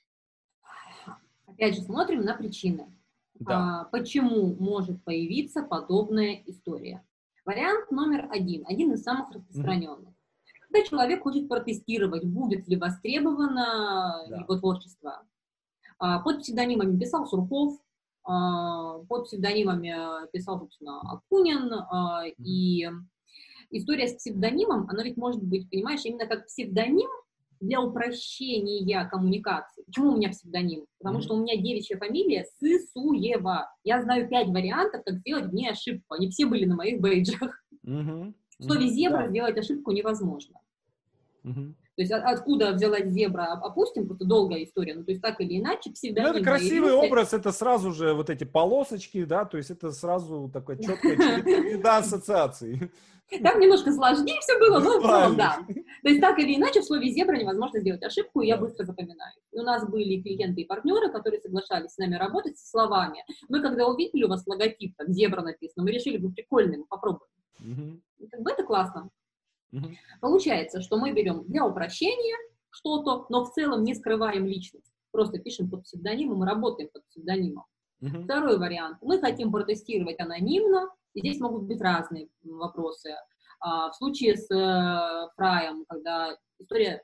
Опять же, смотрим на причины. Да. А, почему может появиться подобная история? Вариант номер один, один из самых распространенных. Mm-hmm. Когда человек хочет протестировать, будет ли востребовано да. его творчество. Под псевдонимами писал Сурков, под псевдонимами писал, собственно, Акунин. Mm-hmm. И история с псевдонимом, она ведь может быть, понимаешь, именно как псевдоним для упрощения коммуникации. Почему у меня псевдоним? Потому mm-hmm. что у меня девичья фамилия Сысуева. Я знаю пять вариантов, как сделать мне ошибку. Они все были на моих бейджах. Mm-hmm. В слове «зебра» да. сделать ошибку невозможно. Mm-hmm. То есть от, откуда взялась зебра, опустим, просто долгая история. Ну, то есть так или иначе псевдоним. Ну, это красивый появился. Образ, это сразу же вот эти полосочки, да, то есть это сразу такая четкая череда ассоциаций. Там немножко сложнее все было, но в целом, да. То есть так или иначе в слове «зебра» невозможно сделать ошибку, и я быстро запоминаю. И у нас были клиенты и партнеры, которые соглашались с нами работать со словами. Мы, когда увидели у вас логотип, там «зебра» написано, мы решили, вы прикольный, мы попробуем. Угу. И как бы это классно. Угу. Получается, что мы берем для упрощения что-то, но в целом не скрываем личность. Просто пишем под псевдонимом и работаем под псевдонимом. Угу. Второй вариант. Мы хотим протестировать анонимно. И здесь могут быть разные вопросы. А, в случае с э, Фраем, когда история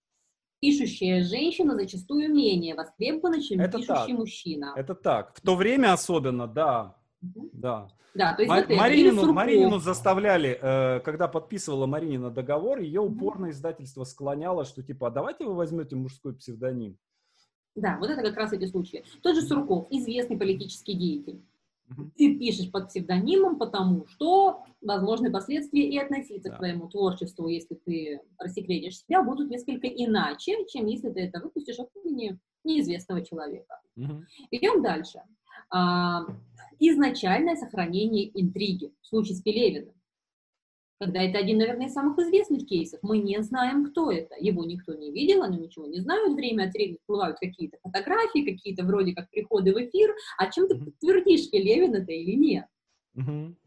пишущая женщина зачастую менее востребована, чем это пишущий так. мужчина. Это так. В то время особенно, да. Угу. Да. Да, то есть Ма- вот это, Маринину, Маринину заставляли, э, когда подписывала Маринина договор, ее упорно издательство склоняло, что типа, а давайте вы возьмете мужской псевдоним. Да, вот это как раз эти случаи. Тот же Сурков, известный политический деятель. Uh-huh. Ты пишешь под псевдонимом, потому что возможны последствия и относиться да. к твоему творчеству, если ты рассекретишь себя, будут несколько иначе, чем если ты это выпустишь от имени неизвестного человека. Uh-huh. Идем дальше. А, изначальное сохранение интриги. В случае с Пелевиным. Когда это один, наверное, из самых известных кейсов. Мы не знаем, кто это. Его никто не видел, они ничего не знают. Время от времени всплывают какие-то фотографии, какие-то вроде как приходы в эфир. А чем ты подтвердишь, Пелевин это или нет? Mm-hmm.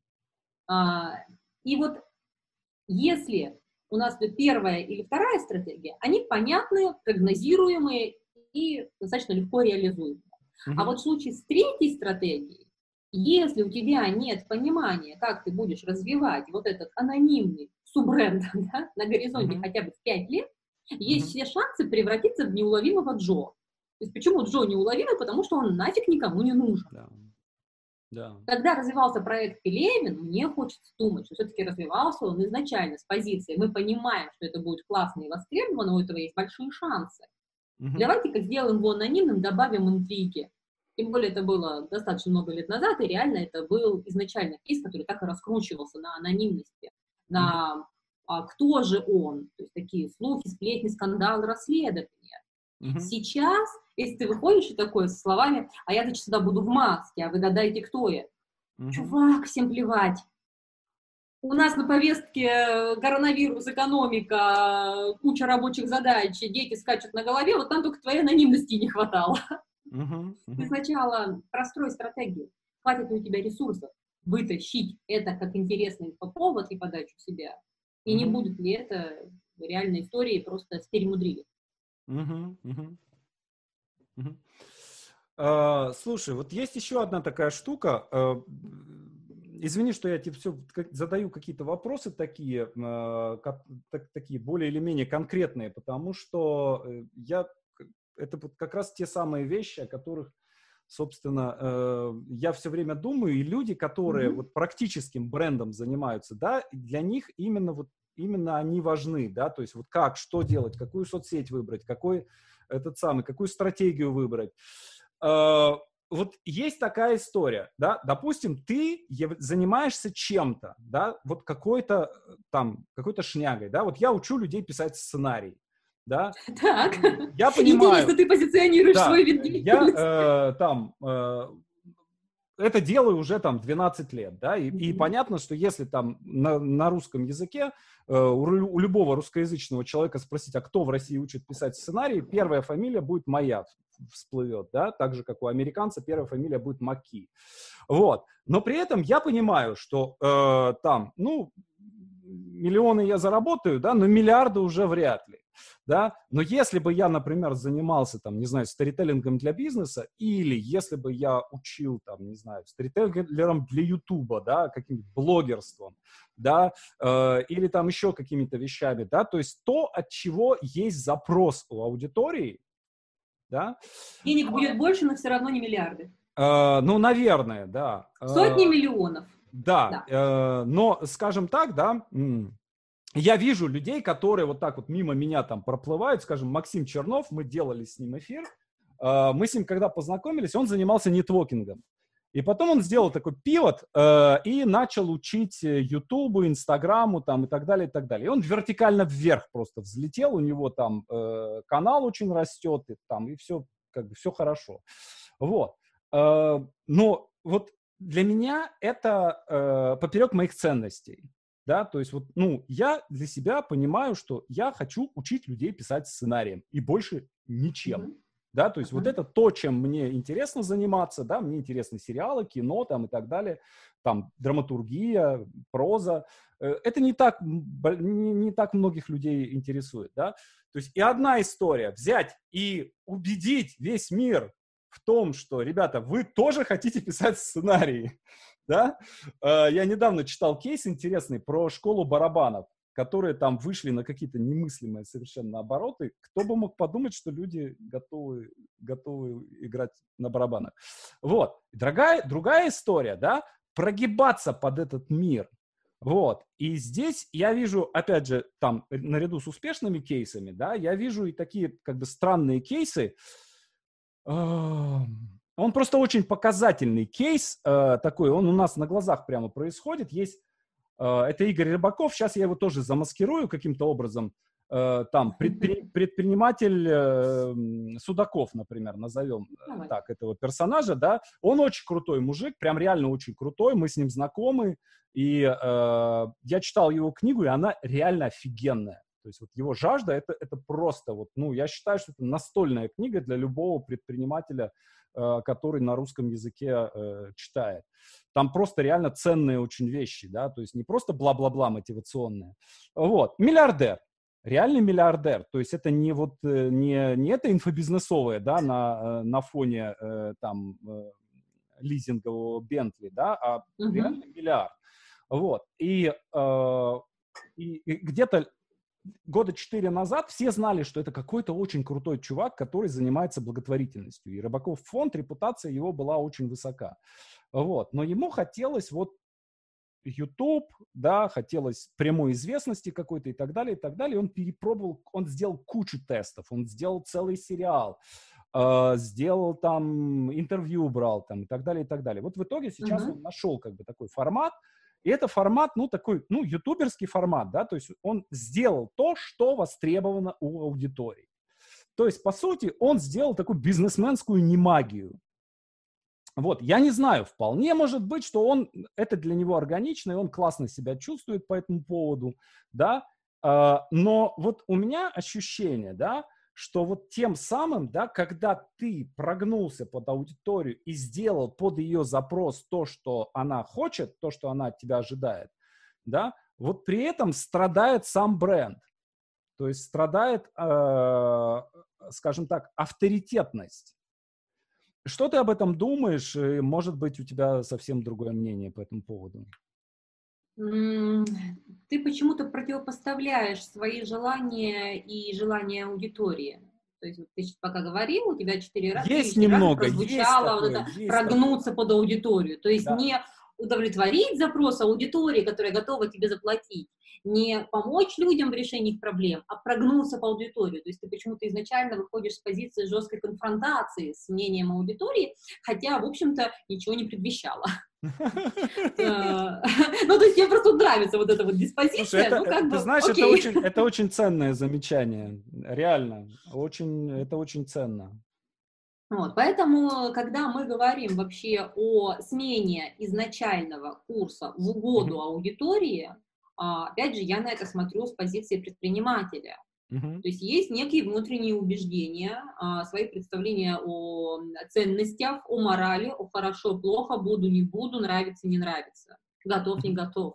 А, и вот если у нас первая или вторая стратегия, они понятные, прогнозируемые и достаточно легко реализуемые. Mm-hmm. А вот в случае с третьей стратегией, если у тебя нет понимания, как ты будешь развивать вот этот анонимный суббренд да, на горизонте mm-hmm. хотя бы в пять лет, есть mm-hmm. все шансы превратиться в неуловимого Джо. То есть почему Джо неуловимый? Потому что он нафиг никому не нужен. Yeah. Yeah. Когда развивался проект Пелевин, мне хочется думать, что все-таки развивался он изначально с позиции. Мы понимаем, что это будет классно и востребовано, у этого есть большие шансы. Mm-hmm. Давайте-ка сделаем его анонимным, добавим интриги. Тем более это было достаточно много лет назад, и реально это был изначально кейс, который так и раскручивался на анонимности, на mm-hmm. а, кто же он, то есть такие слухи, сплетни, скандалы, расследования. Mm-hmm. Сейчас, если ты выходишь и такое со словами, а я, значит, сюда буду в маске, а вы гадаете, кто я. Mm-hmm. Чувак, всем плевать. У нас на повестке коронавирус, экономика, куча рабочих задач, дети скачут на голове, вот там только твоей анонимности не хватало. Uh-huh, uh-huh. Ты сначала прострой стратегию, хватит ли у тебя ресурсов вытащить это как интересный повод и подачу себя, и uh-huh. не будет ли это реальной историей, просто перемудрили. Uh-huh, uh-huh. Uh-huh. Uh, слушай, вот есть еще одна такая штука, uh, извини, что я тебе все задаю какие-то вопросы такие, uh, как, так, такие более или менее конкретные, потому что я это вот как раз те самые вещи, о которых, собственно, э, я все время думаю, и люди, которые mm-hmm. вот практическим брендом занимаются, да, для них именно вот именно они важны, да, то есть вот как, что делать, какую соцсеть выбрать, какой этот самый, какую стратегию выбрать. Э, вот есть такая история, да, допустим, ты занимаешься чем-то, да, вот какой-то там, какой-то шнягой, да, вот я учу людей писать сценарий, да. Так, я понимаю, интересно, ты позиционируешь да, свой вид деятельности. Я э, там э, это делаю уже там двенадцать лет, да, и, mm-hmm. и понятно, что если там на, на русском языке э, у, у любого русскоязычного человека спросить, а кто в России учит писать сценарий, первая фамилия будет моя всплывет, да, так же, как у американца первая фамилия будет Маки. Вот. Но при этом я понимаю, что э, там, ну, миллионы я заработаю, да, но миллиарды уже вряд ли. Да? Но если бы я, например, занимался, там, не знаю, сторителлингом для бизнеса, или если бы я учил, там, не знаю, сторителлером для Ютуба, да, каким-то блогерством, да, э, или там еще какими-то вещами, да, то есть то, от чего есть запрос у аудитории, да. Денег будет больше, но все равно не миллиарды. Э, ну, наверное, да. Сотни э, миллионов. Да, да. Э, но, скажем так, да, я вижу людей, которые вот так вот мимо меня там проплывают, скажем, Максим Чернов, мы делали с ним эфир, э, мы с ним когда познакомились, он занимался нетворкингом. И потом он сделал такой пивот э, и начал учить Ютубу, Инстаграму там и так далее, и так далее. И он вертикально вверх просто взлетел, у него там э, канал очень растет, и там, и все, как бы, все хорошо. Вот. Э, но вот для меня это э, поперек моих ценностей. Да, то есть вот, ну, я для себя понимаю, что я хочу учить людей писать сценарием и больше ничем. Mm-hmm. Да, то есть uh-huh. вот это то, чем мне интересно заниматься, да, мне интересны сериалы, кино там и так далее, там драматургия, проза. Это не так, не, не так многих людей интересует, да. То есть и одна история взять и убедить весь мир в том, что, ребята, вы тоже хотите писать сценарии, да? Я недавно читал кейс интересный про школу барабанов, которые там вышли на какие-то немыслимые совершенно обороты. Кто бы мог подумать, что люди готовы, готовы играть на барабанах. Вот. Другая, другая история, да, прогибаться под этот мир. Вот. И здесь я вижу, опять же, там, наряду с успешными кейсами, да, я вижу и такие, как бы, странные кейсы. Он просто очень показательный кейс э, такой, он у нас на глазах прямо происходит. Есть, э, это Игорь Рыбаков, сейчас я его тоже замаскирую каким-то образом. Э, там предпри, предприниматель э, Судаков, например, назовем э, так этого персонажа, да. Он очень крутой мужик, прям реально очень крутой, мы с ним знакомы. И э, я читал его книгу, и она реально офигенная. То есть вот его жажда, это, это просто вот, ну, я считаю, что это настольная книга для любого предпринимателя, э, который на русском языке э, читает. Там просто реально ценные очень вещи, да, то есть не просто бла-бла-бла мотивационные. Вот, миллиардер, реальный миллиардер, то есть это не вот, не, не это инфобизнесовое, да, на, на фоне э, там э, лизингового Бентли, да, а mm-hmm. реальный миллиард. Вот, и, э, и, и где-то года четыре назад все знали, что это какой-то очень крутой чувак, который занимается благотворительностью. И Рыбаков фонд, репутация его была очень высока. Вот. Но ему хотелось вот YouTube, да, хотелось прямой известности какой-то и так далее, и так далее. И он перепробовал, он сделал кучу тестов, он сделал целый сериал, э, сделал там интервью, брал там и так далее, и так далее. Вот в итоге сейчас mm-hmm. он нашел как бы такой формат. И это формат, ну, такой, ну, ютуберский формат, да, то есть он сделал то, что востребовано у аудитории. То есть, по сути, он сделал такую бизнесменскую немагию. Вот, я не знаю, вполне может быть, что он, это для него органично, и он классно себя чувствует по этому поводу, да, но вот у меня ощущение, да, что вот тем самым, да, когда ты прогнулся под аудиторию и сделал под ее запрос то, что она хочет, то, что она от тебя ожидает, да, вот при этом страдает сам бренд. То есть страдает, э, скажем так, авторитетность. Что ты об этом думаешь? Может быть, у тебя совсем другое мнение по этому поводу? Ты почему-то противопоставляешь свои желания и желания аудитории. То есть вот ты сейчас пока говорил, у тебя четыре раза, Есть четыре раза немного, прозвучало есть вот такое, это есть прогнуться под аудиторию. То есть такое. Да. не удовлетворить запрос аудитории, которая готова тебе заплатить, не помочь людям в решении их проблем, а прогнуться по аудиторию. То есть ты почему-то изначально выходишь с позиции жесткой конфронтации с мнением аудитории, хотя, в общем-то, ничего не предвещало. Ну, то есть мне просто нравится вот эта вот диспозиция, ну, как бы, ты знаешь, это окей. очень, это очень ценное замечание, реально, очень, это очень ценно. Вот, поэтому, когда мы говорим вообще о смене изначального курса в угоду Мгм. аудитории, а, опять же, я на это смотрю с позиции предпринимателя. Мгм. То есть есть некие внутренние убеждения, а, свои представления о ценностях, о морали, о хорошо, плохо, буду, не буду, нравится, не нравится, готов, не Мгм. готов.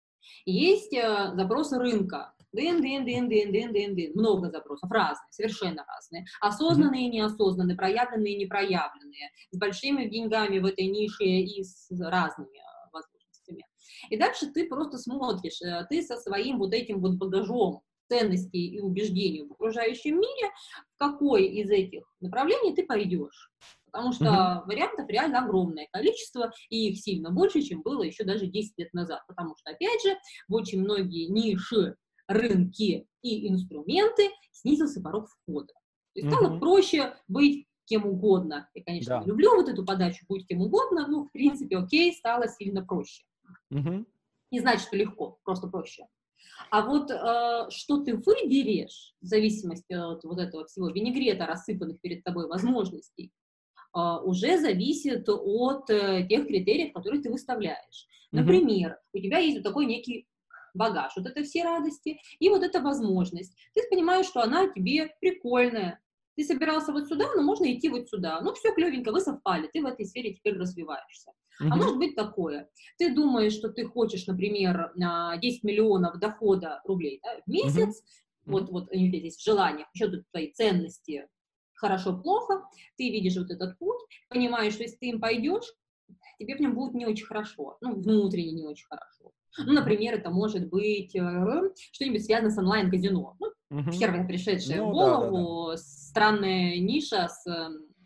Есть э, запросы рынка. Дын, дын, дын, дын, дын, дын, дын. Много запросов, разные, совершенно разные. Мгм. Осознанные и неосознанные, проявленные и непроявленные, с большими деньгами в этой нише и с разными э, возможностями. И дальше ты просто смотришь, э, ты со своим вот этим вот багажом ценностей и убеждений в окружающем мире, в какой из этих направлений ты пойдешь. Потому Мгм. что вариантов реально огромное количество, и их сильно больше, чем было еще даже десять лет назад. Потому что, опять же, в очень многие ниши, рынки и инструменты снизился порог входа. То есть стало Мгм. проще быть кем угодно. Я, конечно, не Да. люблю вот эту подачу «будь кем угодно», но, в принципе, окей, стало сильно проще. Мгм. Не значит, что легко, просто проще. А вот э, что ты выберешь, в зависимости от вот этого всего винегрета, рассыпанных перед тобой возможностей, э, уже зависит от э, тех критериев, которые ты выставляешь. Мгм. Например, у тебя есть вот такой некий багаж, вот это все радости, и вот эта возможность. Ты понимаешь, что она тебе прикольная. Ты собирался вот сюда, но можно идти вот сюда. Ну, все клевенько, вы совпали, ты в этой сфере теперь развиваешься. А Мгм. может быть такое. Ты думаешь, что ты хочешь, например, на десять миллионов дохода рублей, да, в Мгм. месяц, вот, Мгм. вот они у тебя здесь в желаниях, еще тут твои ценности, хорошо-плохо, ты видишь вот этот путь, понимаешь, что если ты им пойдешь, тебе в нем будет не очень хорошо, ну, внутренне не очень хорошо. Ну, Мгм. например, это может быть э, что-нибудь связано с онлайн-казино. Ну, Мгм. первая пришедшая в Ну да, да, да. голову странная ниша с, э,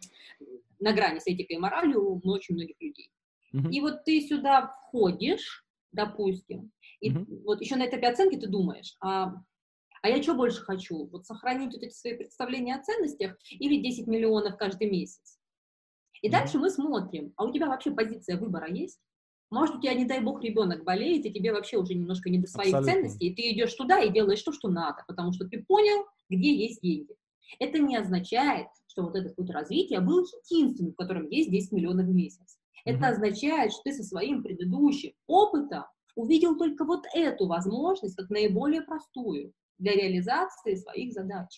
на грани с этикой и моралью у очень многих людей. Мгм. И вот ты сюда входишь, допустим, и Мгм. вот еще на этапе оценки ты думаешь, а, а я что больше хочу? Вот сохранить вот эти свои представления о ценностях или десять миллионов каждый месяц? И Мгм. дальше мы смотрим, а у тебя вообще позиция выбора есть? Может, у тебя, не дай бог, ребенок болеет, и тебе вообще уже немножко не до своих Абсолютно. ценностей, и ты идешь туда и делаешь то, что надо, потому что ты понял, где есть деньги. Это не означает, что вот этот путь развития был единственным, в котором есть десять миллионов в месяц. Это Мгм. означает, что ты со своим предыдущим опытом увидел только вот эту возможность как наиболее простую для реализации своих задач.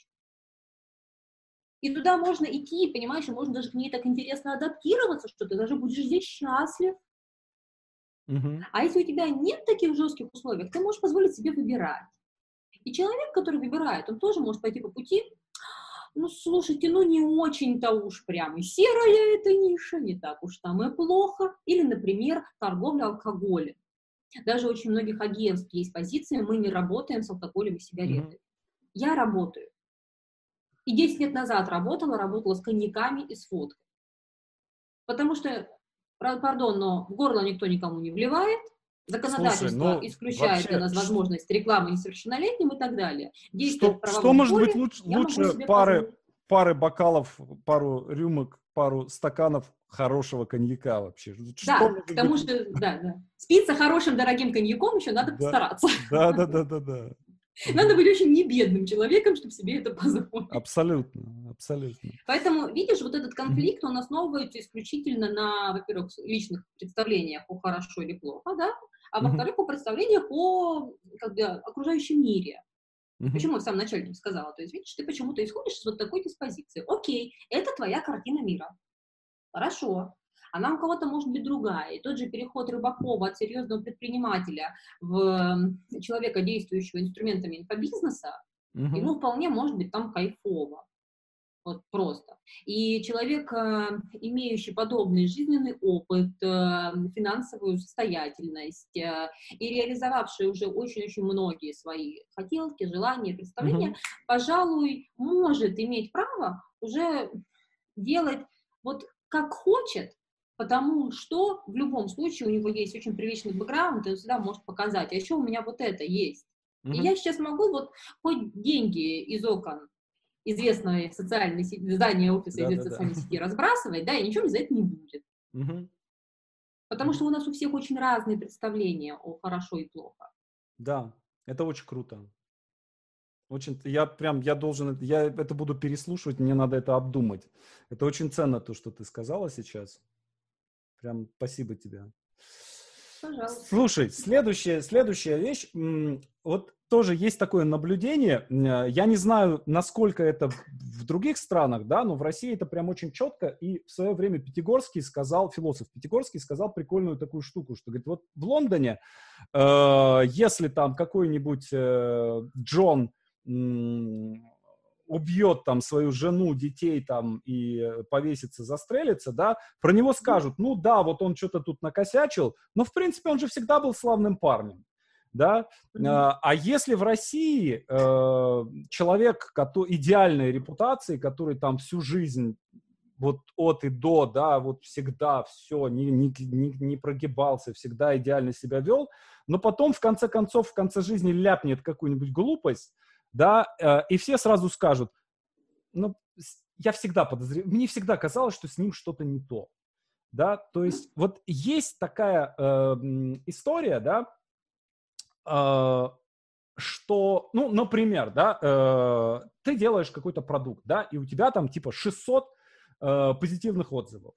И туда можно идти, понимаешь, и можно даже к ней так интересно адаптироваться, что ты даже будешь здесь счастлив. Мгм. А если у тебя нет таких жестких условий, ты можешь позволить себе выбирать. И человек, который выбирает, он тоже может пойти по пути, ну, слушайте, ну, не очень-то уж прям и серая эта ниша, не так уж там и плохо. Или, например, торговля алкоголем. Даже у очень многих агентств есть позиции, мы не работаем с алкоголем и Мгм. сигаретами. Я работаю. И десять лет назад работала, работала с коньяками и с водкой. Потому что, пардон, но в горло никто никому не вливает, Слушай, законодательство ну исключает для вообще, нас ш- возможность рекламы несовершеннолетним и так далее. Действуя в что, что правовом может быть поле, лучше, я могу лучше себе пары, позволить. пары бокалов, пару рюмок, пару стаканов хорошего коньяка вообще? Что Да, может к быть тому лучше? же, да, да. Спиться хорошим дорогим коньяком еще надо Да, постараться. да, да, да, да, да. Надо Мгм. быть очень небедным человеком, чтобы себе это позволить. Абсолютно, абсолютно. Поэтому, видишь, вот этот Мгм. конфликт, он основывается исключительно на, во-первых, личных представлениях о хорошо или плохо, да, а Мгм. во-вторых, о представлениях о как бы, окружающем мире. Мгм. Почему я в самом начале не сказала? То есть, видишь, ты почему-то исходишь с вот такой диспозиции. Окей, это твоя картина мира. Хорошо. Она у кого-то может быть другая. И тот же переход Рыбакова от серьезного предпринимателя в человека, действующего инструментами инфобизнеса, Мгм. ему вполне может быть там кайфово. Вот просто. И человек, э, имеющий подобный жизненный опыт, э, финансовую состоятельность э, и реализовавший уже очень-очень многие свои хотелки, желания, представления, Мгм. пожалуй, может иметь право уже делать вот как хочет, потому что в любом случае у него есть очень приличный бэкграунд, и он всегда может показать, а еще у меня вот это есть. И Мгм. я сейчас могу вот хоть деньги из окон известной социальной сети, здания офиса известной Да-да-да. социальной сети разбрасывать, да, и ничего мне за это не будет. Мгм. Потому что Мгм. у нас у всех очень разные представления о хорошо и плохо. Да, это очень круто. Очень, я прям, я должен, это- я это буду переслушивать, мне надо это обдумать. Это очень ценно, то, что ты сказала сейчас. Прям спасибо тебе. Пожалуйста. Слушай, следующая, следующая вещь. м, Вот тоже есть такое наблюдение. м, э, Я не знаю, насколько это в в других странах, да, но в России это прям очень четко. И в свое время Пятигорский сказал, философ Пятигорский сказал прикольную такую штуку, что говорит, вот в Лондоне, э, если там какой-нибудь э, Джон м, убьет там свою жену, детей там и э, повесится, застрелится, да, про него скажут, ну да, вот он что-то тут накосячил, но в принципе он же всегда был славным парнем, да. Мгм. А а если в России э, человек, который идеальной репутации, который там всю жизнь вот от и до, да, вот всегда все, не, не, не, не прогибался, всегда идеально себя вел, но потом в конце концов, в конце жизни ляпнет какую-нибудь глупость, да, э, и все сразу скажут, ну, с- я всегда подозревал, мне всегда казалось, что с ним что-то не то, да, то есть вот есть такая э, м, история, да, э, что, ну, например, да, э, ты делаешь какой-то продукт, да, и у тебя там типа шестьсот э, позитивных отзывов.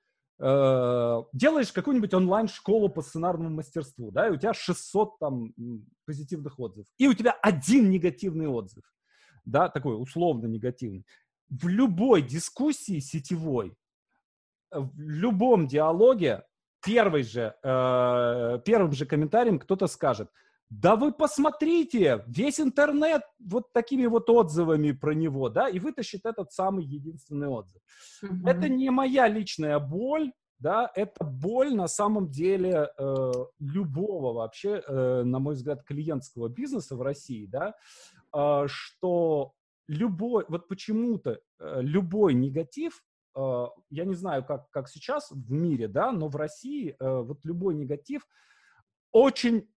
Э, делаешь какую-нибудь онлайн-школу по сценарному мастерству, да, и у тебя шестьсот там м, позитивных отзывов, и у тебя один негативный отзыв, да, такой условно негативный. В любой дискуссии сетевой, э, в любом диалоге первый же, э, первым же комментарием кто-то скажет, да вы посмотрите, весь интернет вот такими вот отзывами про него, да, и вытащит этот самый единственный отзыв. Это Мгм. не моя личная боль, да, это боль на самом деле э, любого вообще, э, на мой взгляд, клиентского бизнеса в России, да, э, что любой, вот почему-то э, любой негатив, э, я не знаю, как, как сейчас в мире, да, но в России э, вот любой негатив очень,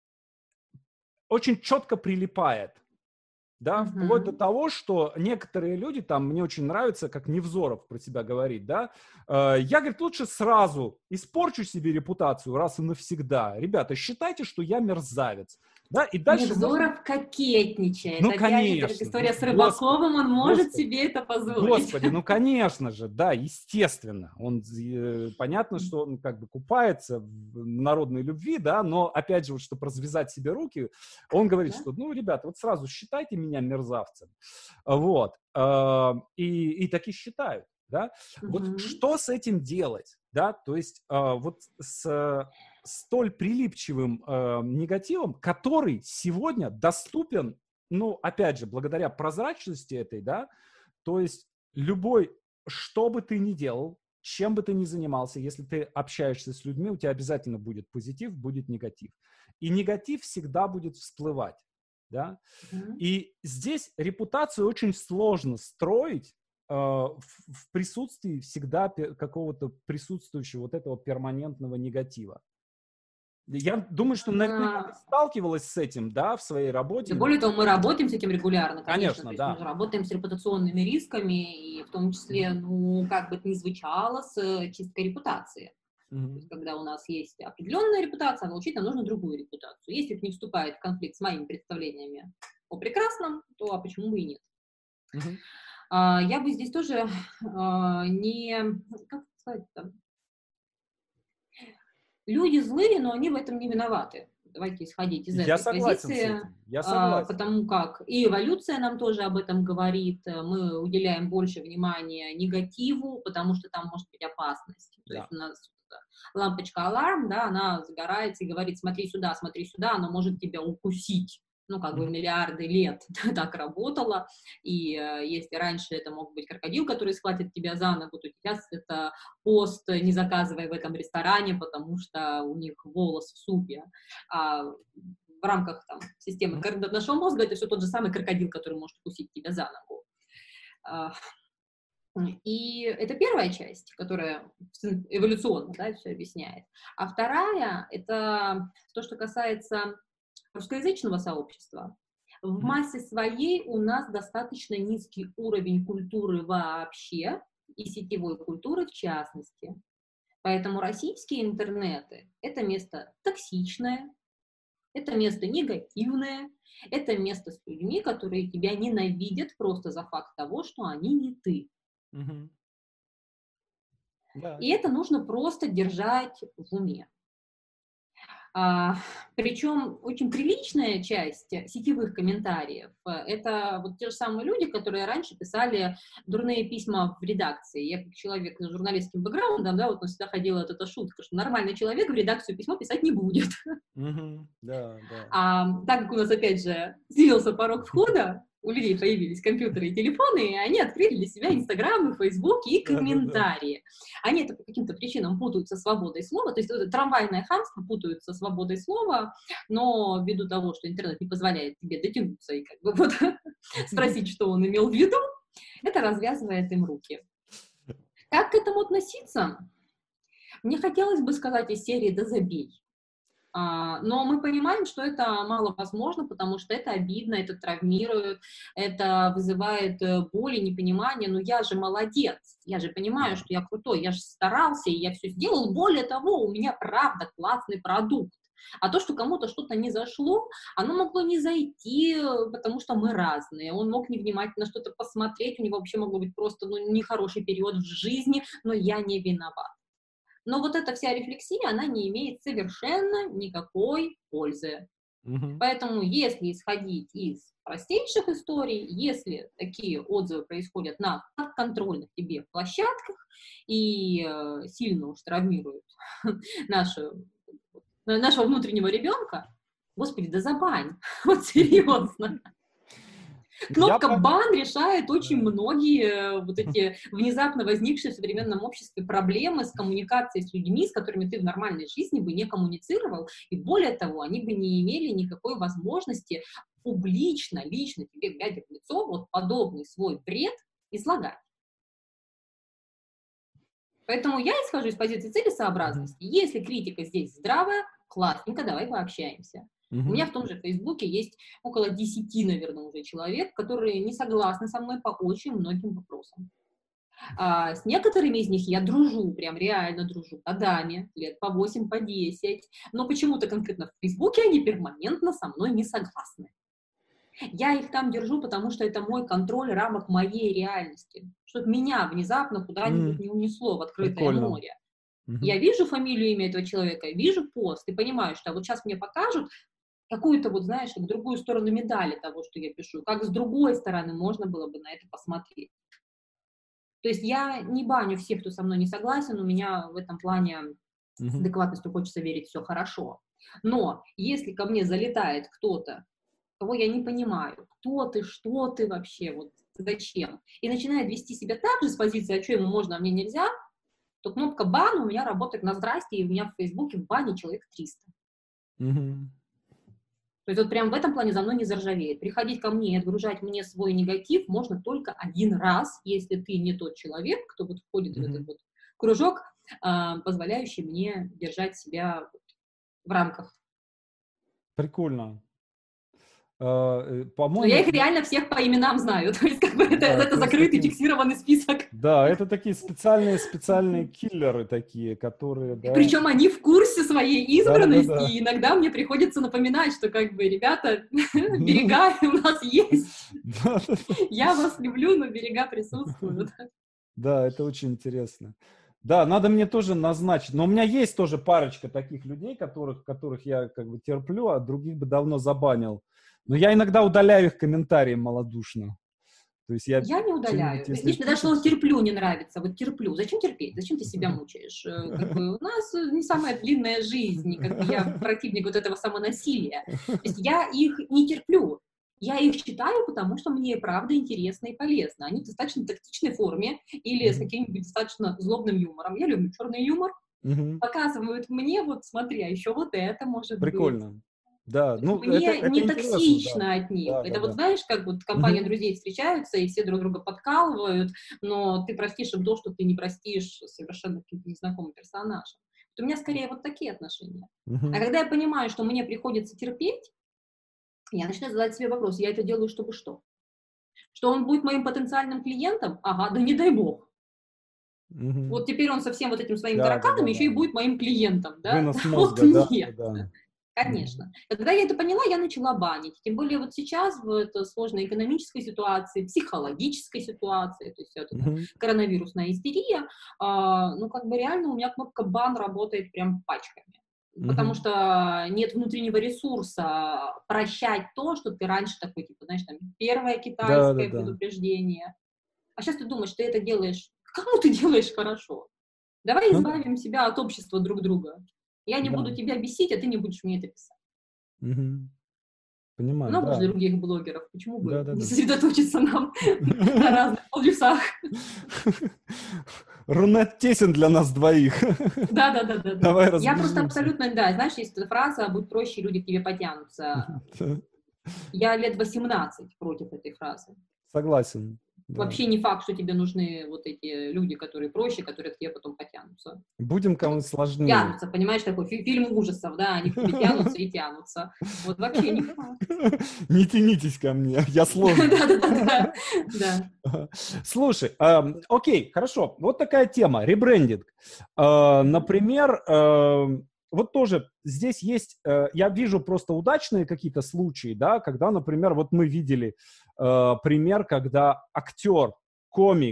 очень четко прилипает. Да, вплоть до Мгм. того, что некоторые люди, там, мне очень нравится, как Невзоров про себя говорит, да, э, я, говорит, лучше сразу испорчу себе репутацию раз и навсегда. Ребята, считайте, что я мерзавец, да, и дальше можно... Невзоров кокетничает. Ну, Опять же, как конечно, ну, история с господи, Рыбаковым, он может господи. себе это позволить. Господи, ну, конечно же, да, естественно. Он, э, понятно, что он как бы купается в народной любви, да, но, опять же, вот, чтобы развязать себе руки, он говорит, Да? что, ну, ребята, вот сразу считайте меня мерзавцем. Вот. А, И, и таки считают, да. Вот Мгм. что с этим делать, да, то есть а, вот с столь прилипчивым э, негативом, который сегодня доступен, ну, опять же, благодаря прозрачности этой, да, то есть любой, что бы ты ни делал, чем бы ты ни занимался, если ты общаешься с людьми, у тебя обязательно будет позитив, будет негатив. И негатив всегда будет всплывать, да. Мгм. И здесь репутацию очень сложно строить э, в, в присутствии всегда пе- какого-то присутствующего вот этого перманентного негатива. Я думаю, что наверняка ты А, сталкивалась с этим, да, в своей Да работе. более того, мы работаем с этим регулярно, конечно, то Конечно, есть мы да. же работаем с репутационными рисками, и в том числе, Мгм. ну, как бы это ни звучало, с э, чисткой репутации. То есть Мгм. когда у нас есть определенная репутация, а получить нам нужно другую репутацию. Если это не вступает в конфликт с моими представлениями о прекрасном, то а почему бы и нет? Мгм. А, я бы здесь тоже а, не... Как сказать-то? Люди злые, но они в этом не виноваты. Давайте исходить из Я этой согласен с позиции, этим. Я а, согласен. потому как и эволюция нам тоже об этом говорит, э, мы уделяем больше внимания негативу, потому что там может быть опасность. То есть Да. у нас лампочка аларм, да, она загорается и говорит, смотри сюда, смотри сюда, оно может тебя укусить. Ну, как бы миллиарды лет так работало, и э, если раньше это мог быть крокодил, который схватит тебя за ногу, то сейчас это пост «не заказывай в этом ресторане, потому что у них волос в супе». А в рамках там, системы нашего мозга это все тот же самый крокодил, который может укусить тебя за ногу. А, и это первая часть, которая эволюционно, да, все объясняет. А вторая — это то, что касается русскоязычного сообщества. В массе своей у нас достаточно низкий уровень культуры вообще и сетевой культуры в частности. Поэтому российские интернеты — это место токсичное, это место негативное, это место с людьми, которые тебя ненавидят просто за факт того, что они не ты. Угу. Да. И это нужно просто держать в уме. А, причем очень приличная часть сетевых комментариев — это вот те же самые люди, которые раньше писали дурные письма в редакции. Я как человек с журналистским бэкграундом, да, вот всегда ходила вот эта шутка, что нормальный человек в редакцию письмо писать не будет. Mm-hmm. Да, да. А так как у нас, опять же, снизился порог входа, у людей появились компьютеры и телефоны, и они открыли для себя Инстаграм, и Фейсбук, и комментарии. Да, да, да. Они это по каким-то причинам путают со свободой слова, то есть это трамвайное хамство путают со свободой слова, но ввиду того, что интернет не позволяет тебе дотянуться и как бы вот спросить, что он имел в виду, это развязывает им руки. Как к этому относиться? Мне хотелось бы сказать из серии «Да забей». А, но мы понимаем, что это маловозможно, потому что это обидно, это травмирует, это вызывает боль и непонимание. Но я же молодец, я же понимаю, что я крутой, я же старался, и я все сделал. Более того, у меня правда классный продукт. А то, что кому-то что-то не зашло, оно могло не зайти, потому что мы разные. Он мог невнимательно что-то посмотреть, у него вообще могло быть просто ну, нехороший период в жизни, но я не виноват. Но вот эта вся рефлексия, она не имеет совершенно никакой пользы. Mm-hmm. Поэтому если исходить из простейших историй, если такие отзывы происходят на подконтрольных тебе площадках и э, сильно уж травмируют нашу, нашего внутреннего ребенка, господи, да забань, вот серьезно. Кнопка «бан» решает очень многие вот эти внезапно возникшие в современном обществе проблемы с коммуникацией с людьми, с которыми ты в нормальной жизни бы не коммуницировал, и более того, они бы не имели никакой возможности публично, лично тебе, глядя в лицо, вот подобный свой бред излагать. Поэтому я исхожу из позиции целесообразности. Если критика здесь здравая, классненько, давай пообщаемся. Uh-huh. У меня в том же Фейсбуке есть около десяти, наверное, уже человек, которые не согласны со мной по очень многим вопросам. А, с некоторыми из них я дружу, прям реально дружу, годами, лет по восемь, по десять, но почему-то конкретно в Фейсбуке они перманентно со мной не согласны. Я их там держу, потому что это мой контроль рамок моей реальности, чтобы меня внезапно куда-нибудь mm. не унесло в открытое Прикольно. Море. Uh-huh. Я вижу фамилию, имя этого человека, вижу пост и понимаю, что вот сейчас мне покажут какую-то, вот знаешь, в другую сторону медали того, что я пишу, как с другой стороны можно было бы на это посмотреть. То есть я не баню всех, кто со мной не согласен, у меня в этом плане uh-huh. с адекватностью хочется верить, все хорошо. Но если ко мне залетает кто-то, кого я не понимаю, кто ты, что ты вообще, вот зачем, и начинает вести себя так же с позиции, а что ему можно, а мне нельзя, то кнопка «бан» у меня работает на здрасте, и у меня в Фейсбуке в бане человек триста. Uh-huh. То есть вот прям в этом плане за мной не заржавеет. Приходить ко мне и отгружать мне свой негатив можно только один раз, если ты не тот человек, кто вот входит mm-hmm. в этот вот кружок, э, позволяющий мне держать себя в рамках. Прикольно. Uh, по-моему... Но я их реально всех по именам знаю, то есть как бы это, да, это закрытый такие... фиксированный список. Да, это такие специальные специальные киллеры такие, которые... Да... Причем они в курсе своей избранности, да, да, да. И иногда мне приходится напоминать, что как бы, ребята, берега у нас есть. Я вас люблю, но берега присутствуют. Да, это очень интересно. Да, надо мне тоже назначить. Но у меня есть тоже парочка таких людей, которых, которых я как бы терплю, а других бы давно забанил. Но я иногда удаляю их комментарии малодушно. То есть я... Я не удаляю. Если Видишь, даже слово «терплю» не нравится. Вот терплю. Зачем терпеть? Зачем ты себя мучаешь? Как бы у нас не самая длинная жизнь. Как бы я противник вот этого самонасилия. То есть я их не терплю. Я их читаю, потому что мне правда интересно и полезно. Они в достаточно тактичной форме или с каким-нибудь достаточно злобным юмором. Я люблю черный юмор. Угу. Показывают мне, вот смотри, а еще вот это может Прикольно. быть. Да, ну, Мне это, это не интересно, токсично да. от них. Да, Это да, вот да. знаешь, как вот компания Мгм. друзей встречаются, и все друг друга подкалывают, но ты простишь им то, что ты не простишь совершенно каким-то незнакомым персонажам. Вот у меня скорее вот такие отношения. А Мгм. когда я понимаю, что мне приходится терпеть, я начинаю задать себе вопрос, я это делаю, чтобы что? Что он будет моим потенциальным клиентом? Ага, да не дай бог. Мгм. Вот теперь он со всем вот этим своими Да, да, да, тараканами еще и да. будет моим клиентом, да? Вынос Вот мозга, да, нет. да, да. Конечно. Когда я это поняла, я начала банить. Тем более вот сейчас в этой сложной экономической ситуации, психологической ситуации, то есть вот эта Мгм. коронавирусная истерия, а, ну как бы реально у меня кнопка бан работает прям пачками. Потому Мгм. что нет внутреннего ресурса прощать то, что ты раньше такой, типа, знаешь, там, первое Да, да, китайское да. предупреждение. А сейчас ты думаешь, ты это делаешь, кому ты делаешь хорошо? Давай Ну да, избавим себя от общества друг друга. Я не да. буду тебя бесить, а ты не будешь мне это писать. Мгм. Понимаю, Много же да. других блогеров, почему Да, бы да, не да. сосредоточиться нам на разных полюсах? Рунет тесен для нас двоих. Да-да-да-да-да. Давай Я просто разбежимся. абсолютно, да, знаешь, есть эта фраза «будь проще, люди к тебе потянутся». Я лет восемнадцать против этой фразы. Согласен, да. Вообще не факт, что тебе нужны вот эти люди, которые проще, которые к тебе потом потянутся. Будем кому сложнее. Тянутся, понимаешь, такой фи- фильм ужасов, да, они к тебе тянутся и тянутся. Вот вообще не факт. Не тянитесь ко мне, я сложный. Да-да-да, да. Слушай, эм, окей, хорошо. Вот такая тема, ребрендинг. Э, например, эм, вот тоже здесь есть, э, я вижу просто удачные какие-то случаи, да, когда, например, вот мы видели э, пример, когда актер, комик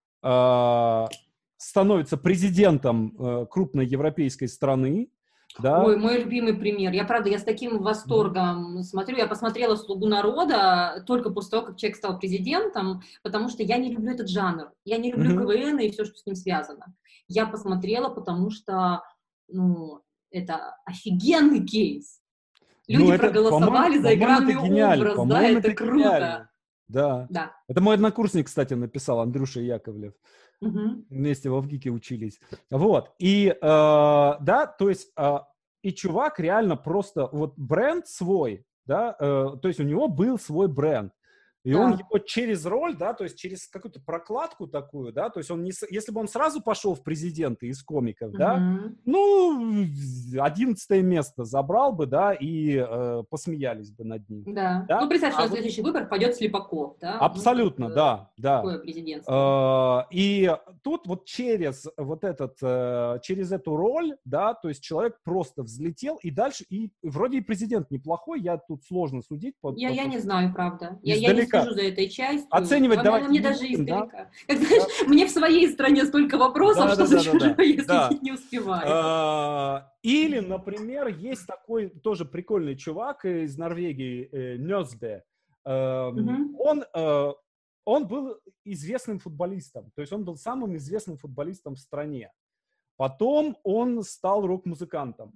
э, становится президентом э, крупной европейской страны, Ой, да. мой любимый пример. Я, правда, я с таким Мгм. восторгом смотрю. Я посмотрела «Слугу народа» только после того, как человек стал президентом, потому что я не люблю этот жанр. Я не люблю Мгм. КВН и все, что с ним связано. Я посмотрела, потому что, ну, это офигенный кейс. Ну, Люди это, по-моему, проголосовали за по-моему, это экранный гениально. образ, да, По-моему, это это круто. гениально. Да. Да. Это мой однокурсник, кстати, написал, Андрюша Яковлев. Мгм. Вместе во ВГИКе учились. Вот. И, э, да, то есть, э, и чувак реально просто, вот бренд свой, да, э, то есть у него был свой бренд. И он Да. его через роль, да, то есть через какую-то прокладку такую, да, то есть он не, с- если бы он сразу пошел в президенты из комиков, да, Мгм. ну, одиннадцатое место забрал бы, да, и э, посмеялись бы над ним, Да. Ну, да. представь, что А на вот следующий выбор пойдет Слепаков, да? Ну, как абсолютно, бы да, да. такое президентство. Э, И тут вот через вот этот, э, через эту роль, да, то есть человек просто взлетел и дальше, и вроде и президент неплохой, я тут сложно судить, по- Я, я потому не что знаю, правда. Я, я не издалека. слежу за этой частью. Оценивать Она, она давайте мне не даже будем, да? издалека. Как знаешь, Да, мне в своей стране столько вопросов, да, что да, за да, да, чужой, да. если Да. не успеваю. А, Или, например, есть такой тоже прикольный чувак из Норвегии, э, Нёсбе. Эм, Мгм. Он, э, он был известным футболистом, то есть он был самым известным футболистом в стране. Потом он стал рок-музыкантом.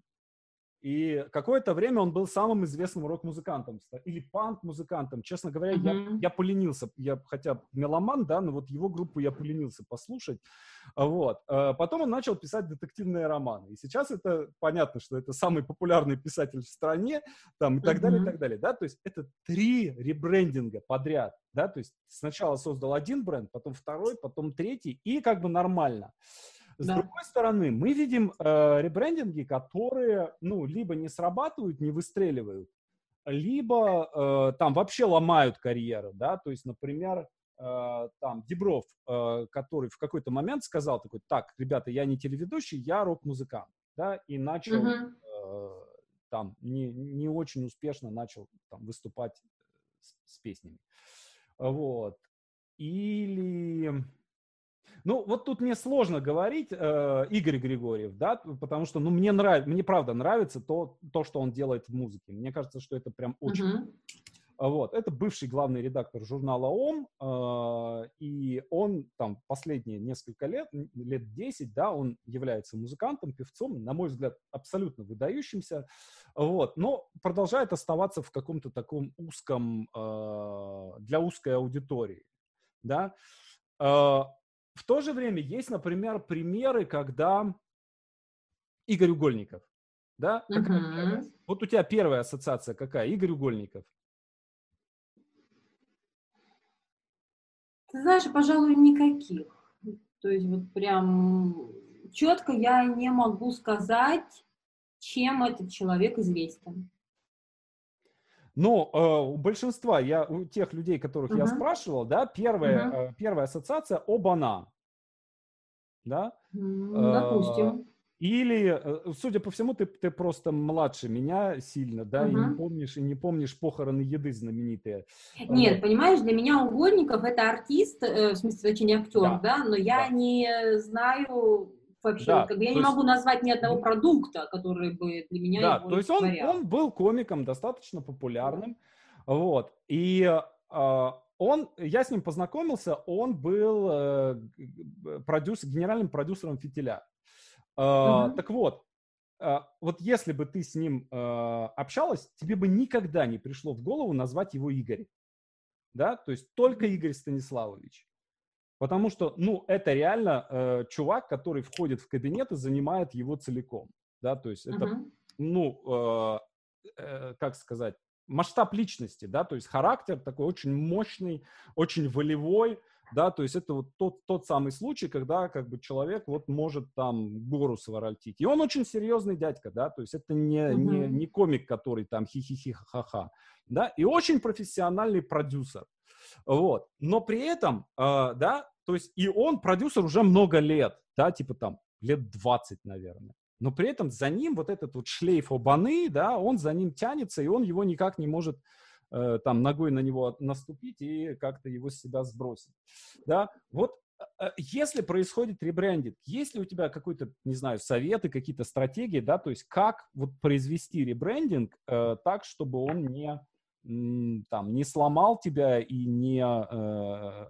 И какое-то время он был самым известным рок-музыкантом или панк-музыкантом. Честно говоря, я, Мгм. я поленился, я хотя меломан, да, но вот его группу я поленился послушать. А Вот. А Потом он начал писать детективные романы. И сейчас это понятно, что это самый популярный писатель в стране, там, и так далее, и так Мгм. далее, да. То есть это три ребрендинга подряд, да. То есть сначала создал один бренд, потом второй, потом третий, и как бы нормально. С Да. другой стороны, мы видим э, ребрендинги, которые, ну, либо не срабатывают, не выстреливают, либо э, там вообще ломают карьеру, да, то есть, например, э, там Дибров, э, который в какой-то момент сказал такой: так, ребята, я не телеведущий, я рок-музыкант, да, и начал Мгм. э, там не, не очень успешно начал там выступать с, с песнями, вот, или... Ну, вот тут мне сложно говорить, э, Игорь Григорьев, да, потому что, ну, мне нравится, мне правда нравится то, то, что он делает в музыке. Мне кажется, что это прям очень... Мгм. Вот. Это бывший главный редактор журнала ОМ, э, и он там последние несколько лет, лет десять, да, он является музыкантом, певцом, на мой взгляд, абсолютно выдающимся, вот, но продолжает оставаться в каком-то таком узком, э, для узкой аудитории, да. Э, в то же время есть, например, примеры, когда Игорь Угольников, да, какая первая? Мгм. Вот у тебя первая ассоциация какая? Игорь Угольников. Ты знаешь, пожалуй, никаких. То есть вот прям четко я не могу сказать, чем этот человек известен. Но э, у большинства, я, у тех людей, которых я Мгм. спрашивал, да, первая, Мгм. э, первая ассоциация оба-на, да. М, Э, Допустим. или, э, судя по всему, ты, ты просто младше меня сильно, да, и не Мгм. помнишь, и не помнишь похороны еды знаменитые. Нет, Вот, понимаешь, для меня Угодников это артист, э, в смысле, очень актер, да, да, но я да, не знаю вообще, вот да, как бы я то не есть, могу назвать ни одного мгм, продукта, который бы для меня да, его то есть он, олицетворял. он был комиком достаточно Да. популярным, вот, и э, он, я с ним познакомился, он был э, г- г- продюсер, генеральным продюсером «Фитиля». Э, Мгм. так вот, э, вот если бы ты с ним э, общалась, тебе бы никогда не пришло в голову назвать его Игорь, да, то есть только Мгм. Игорь Станиславович. Потому что, ну, это реально э, чувак, который входит в кабинет и занимает его целиком, да, то есть это, Мгм. ну, э, э, как сказать, масштаб личности, да, то есть характер такой очень мощный, очень волевой, да, то есть это вот тот, тот самый случай, когда как бы человек вот может там гору своротить. И он очень серьезный дядька, да, то есть это не, не, Мгм. не комик, который там хи-хи-хи, ха-ха, да, и очень профессиональный продюсер. Вот. Но при этом, э, да, то есть и он продюсер уже много лет, да, типа там лет двадцать, наверное. Но при этом за ним вот этот вот шлейф обаны, да, он за ним тянется, и он его никак не может э, там ногой на него наступить и как-то его с себя сбросить, да. Вот э, если происходит ребрендинг, есть ли у тебя какой-то, не знаю, советы, какие-то стратегии, да, то есть как вот произвести ребрендинг э, так, чтобы он не м, там, не сломал тебя и не, э,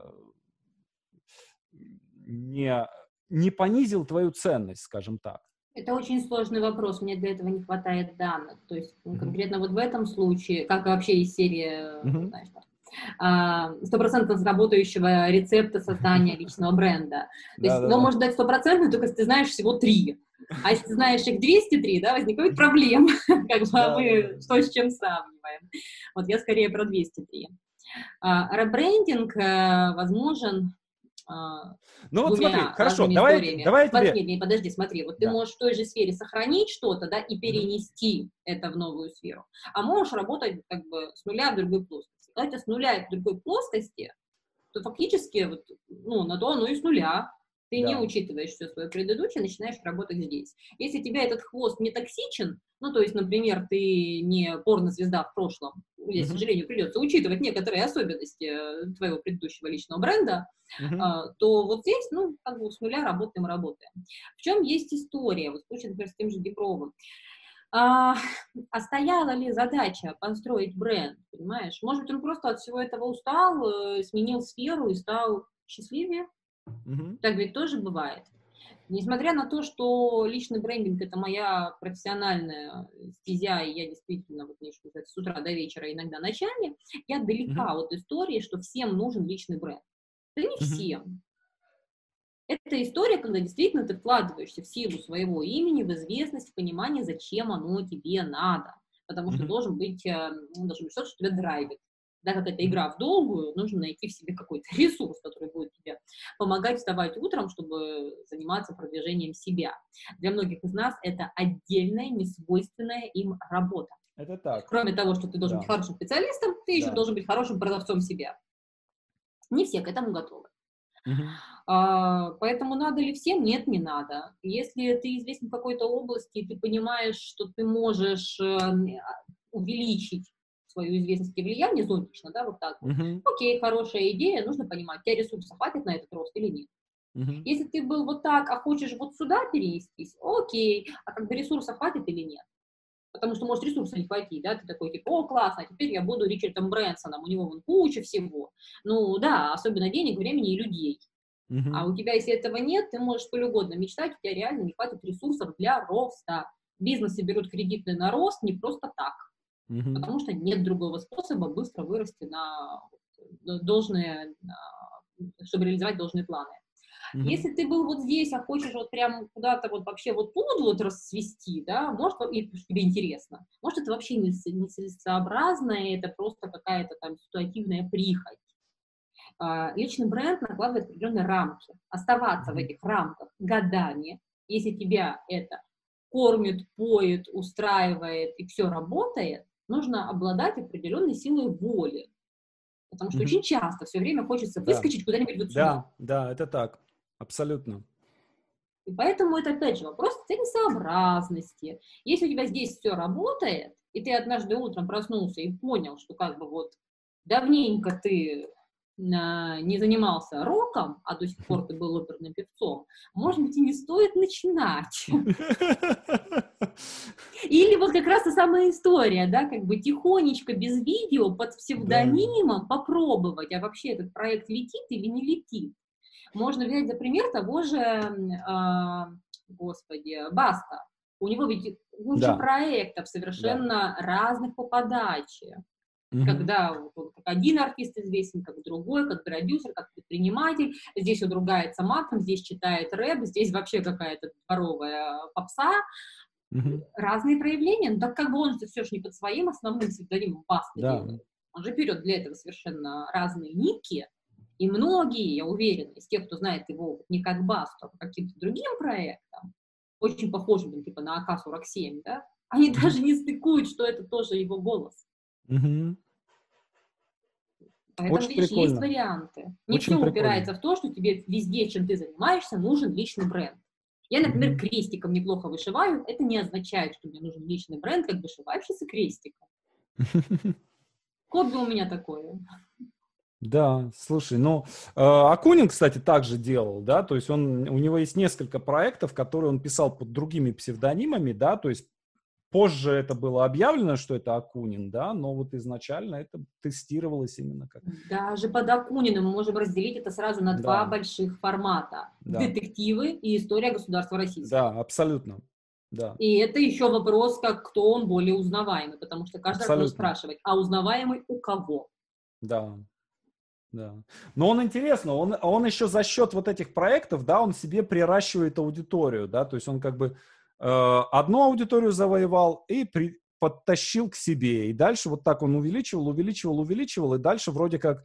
не, не понизил твою ценность, скажем так. Это очень сложный вопрос, мне для этого не хватает данных. То есть ну, Мгм. конкретно вот в этом случае, как вообще из серии, э, Мгм. знаешь, там, стопроцентно сработающего рецепта создания личного бренда. То есть его Да-да-да. может дать стопроцентно, только если ты знаешь всего три. А если ты знаешь их двести три, да, возникают проблемы. Как бы а Да-да-да. мы что с чем сравниваем. Вот я скорее про двести три. А, ребрендинг э, возможен а, Ну вот смотри, двумя хорошо, разными давай, историями. давай я Смотри, тебе... нет, нет, подожди, смотри, вот ты Да. можешь в той же сфере сохранить что-то, да, и Мгм. перенести это в новую сферу, а можешь работать как бы с нуля в другой плоскости. Когда у тебя с нуля в другой плоскости, то фактически, вот, ну, на то оно и с нуля. Ты не Да. учитываешь все свое предыдущее, начинаешь работать здесь. Если тебе этот хвост не токсичен, ну, то есть, например, ты не порнозвезда в прошлом, здесь, к Мгм. сожалению, придется учитывать некоторые особенности э, твоего предыдущего личного бренда, Мгм. а, то вот здесь, ну, как бы с нуля работаем, работаем. В чем есть история, вот случай, например, с тем же Дипровым. А, а стояла ли задача построить бренд, понимаешь? Может быть, он просто от всего этого устал, э, сменил сферу и стал счастливее? Мгм. Так ведь тоже бывает. Несмотря на то, что личный брендинг — это моя профессиональная стезя, и я действительно, вот, мне, что называется, с утра до вечера, иногда ночами, я Мгм. далека от истории, что всем нужен личный бренд. Да не Мгм. всем. Это история, когда действительно ты вкладываешься в силу своего имени, в известность, в понимание, зачем оно тебе надо. Потому что Мгм. должен быть, э, ну, должен быть что-то, что тебя драйвит. Да, как это Мгм. игра в долгую, нужно найти в себе какой-то ресурс, который будет тебе помогать вставать утром, чтобы заниматься продвижением себя. Для многих из нас это отдельная, несвойственная им работа. Это То есть, так. кроме того, что ты должен быть Да. хорошим специалистом, ты еще Да. должен быть хорошим продавцом себя. Не все к этому готовы. Мгм. А, поэтому надо ли всем? Нет, не надо. Если ты известен в какой-то области, и ты понимаешь, что ты можешь э, а, увеличить свою известность и влияние зонтично, да, вот так вот, Мгм. окей, хорошая идея, нужно понимать, у тебя ресурсов хватит на этот рост или нет. Мгм. Если ты был вот так, а хочешь вот сюда перенестись, окей, а как бы ресурсов хватит или нет? Потому что может ресурса не хватить, да, ты такой, типа, о, классно, теперь я буду Ричардом Брэнсоном, у него вон куча всего. Ну, да, особенно денег, времени и людей. А у тебя, если этого нет, ты можешь сколь угодно мечтать, у тебя реально не хватит ресурсов для роста. Бизнесы берут кредиты на рост не просто так, Mm-hmm. потому что нет другого способа быстро вырасти на должные, чтобы реализовать должные планы. Mm-hmm. Если ты был вот здесь, а хочешь вот прям куда-то вот вообще вот тут вот расцвести, да, может, и тебе интересно, может, это вообще не целесообразно, это просто какая-то там ситуативная прихоть. Личный бренд накладывает определенные рамки. Оставаться mm-hmm. в этих рамках годами, если тебя это кормит, поет, устраивает и все работает, нужно обладать определенной силой воли. Потому что mm-hmm. очень часто все время хочется выскочить да. куда-нибудь вот сюда. Да, да, это так. Абсолютно. И поэтому это, опять же, вопрос целесообразности. Если у тебя здесь все работает, и ты однажды утром проснулся и понял, что как бы вот давненько ты не занимался роком, а до сих пор ты был оперным певцом, может быть, и не стоит начинать. Или вот как раз та самая история, да, как бы тихонечко, без видео, под псевдонимом да. попробовать, а вообще этот проект летит или не летит. Можно взять за пример того же, э, господи, Баста. У него ведь куча да. проектов совершенно да. разных по подаче. Mm-hmm. Когда он как один артист известен, как другой, как продюсер, как предприниматель. Здесь он ругается матом, здесь читает рэп, здесь вообще какая-то дворовая попса. Mm-hmm. Разные проявления. Но так как бы он все же не под своим основным псевдонимом Баста да. делает. Он же берет для этого совершенно разные ники. И многие, я уверена, из тех, кто знает его не как Басту, а по каким-то другим проектам, очень похожим типа на А К сорок семь, да, они mm-hmm. даже не стыкуют, что это тоже его голос. Mm-hmm. Поэтому, очень видишь, прикольно. Есть варианты. Не очень все прикольно. Упирается в то, что тебе везде, чем ты занимаешься, нужен личный бренд. Я, например, mm-hmm. крестиком неплохо вышиваю. Это не означает, что мне нужен личный бренд, как вышивальщица крестиком. Хобби у меня такое. Да, слушай, ну, э, Акунин, кстати, также делал, да, то есть он, у него есть несколько проектов, которые он писал под другими псевдонимами, да, то есть позже это было объявлено, что это Акунин, да, но вот изначально это тестировалось именно как... Даже под Акуниным мы можем разделить это сразу на да. два больших формата. Да. Детективы и история государства российского. Да, абсолютно. Да. И это еще вопрос, как кто он более узнаваемый, потому что каждый раз может спрашивать, а узнаваемый у кого? Да. Да. Но он интересно, он, он еще за счет вот этих проектов, да, он себе приращивает аудиторию, да, то есть он как бы э, одну аудиторию завоевал и при, подтащил к себе, и дальше вот так он увеличивал, увеличивал, увеличивал, и дальше вроде как,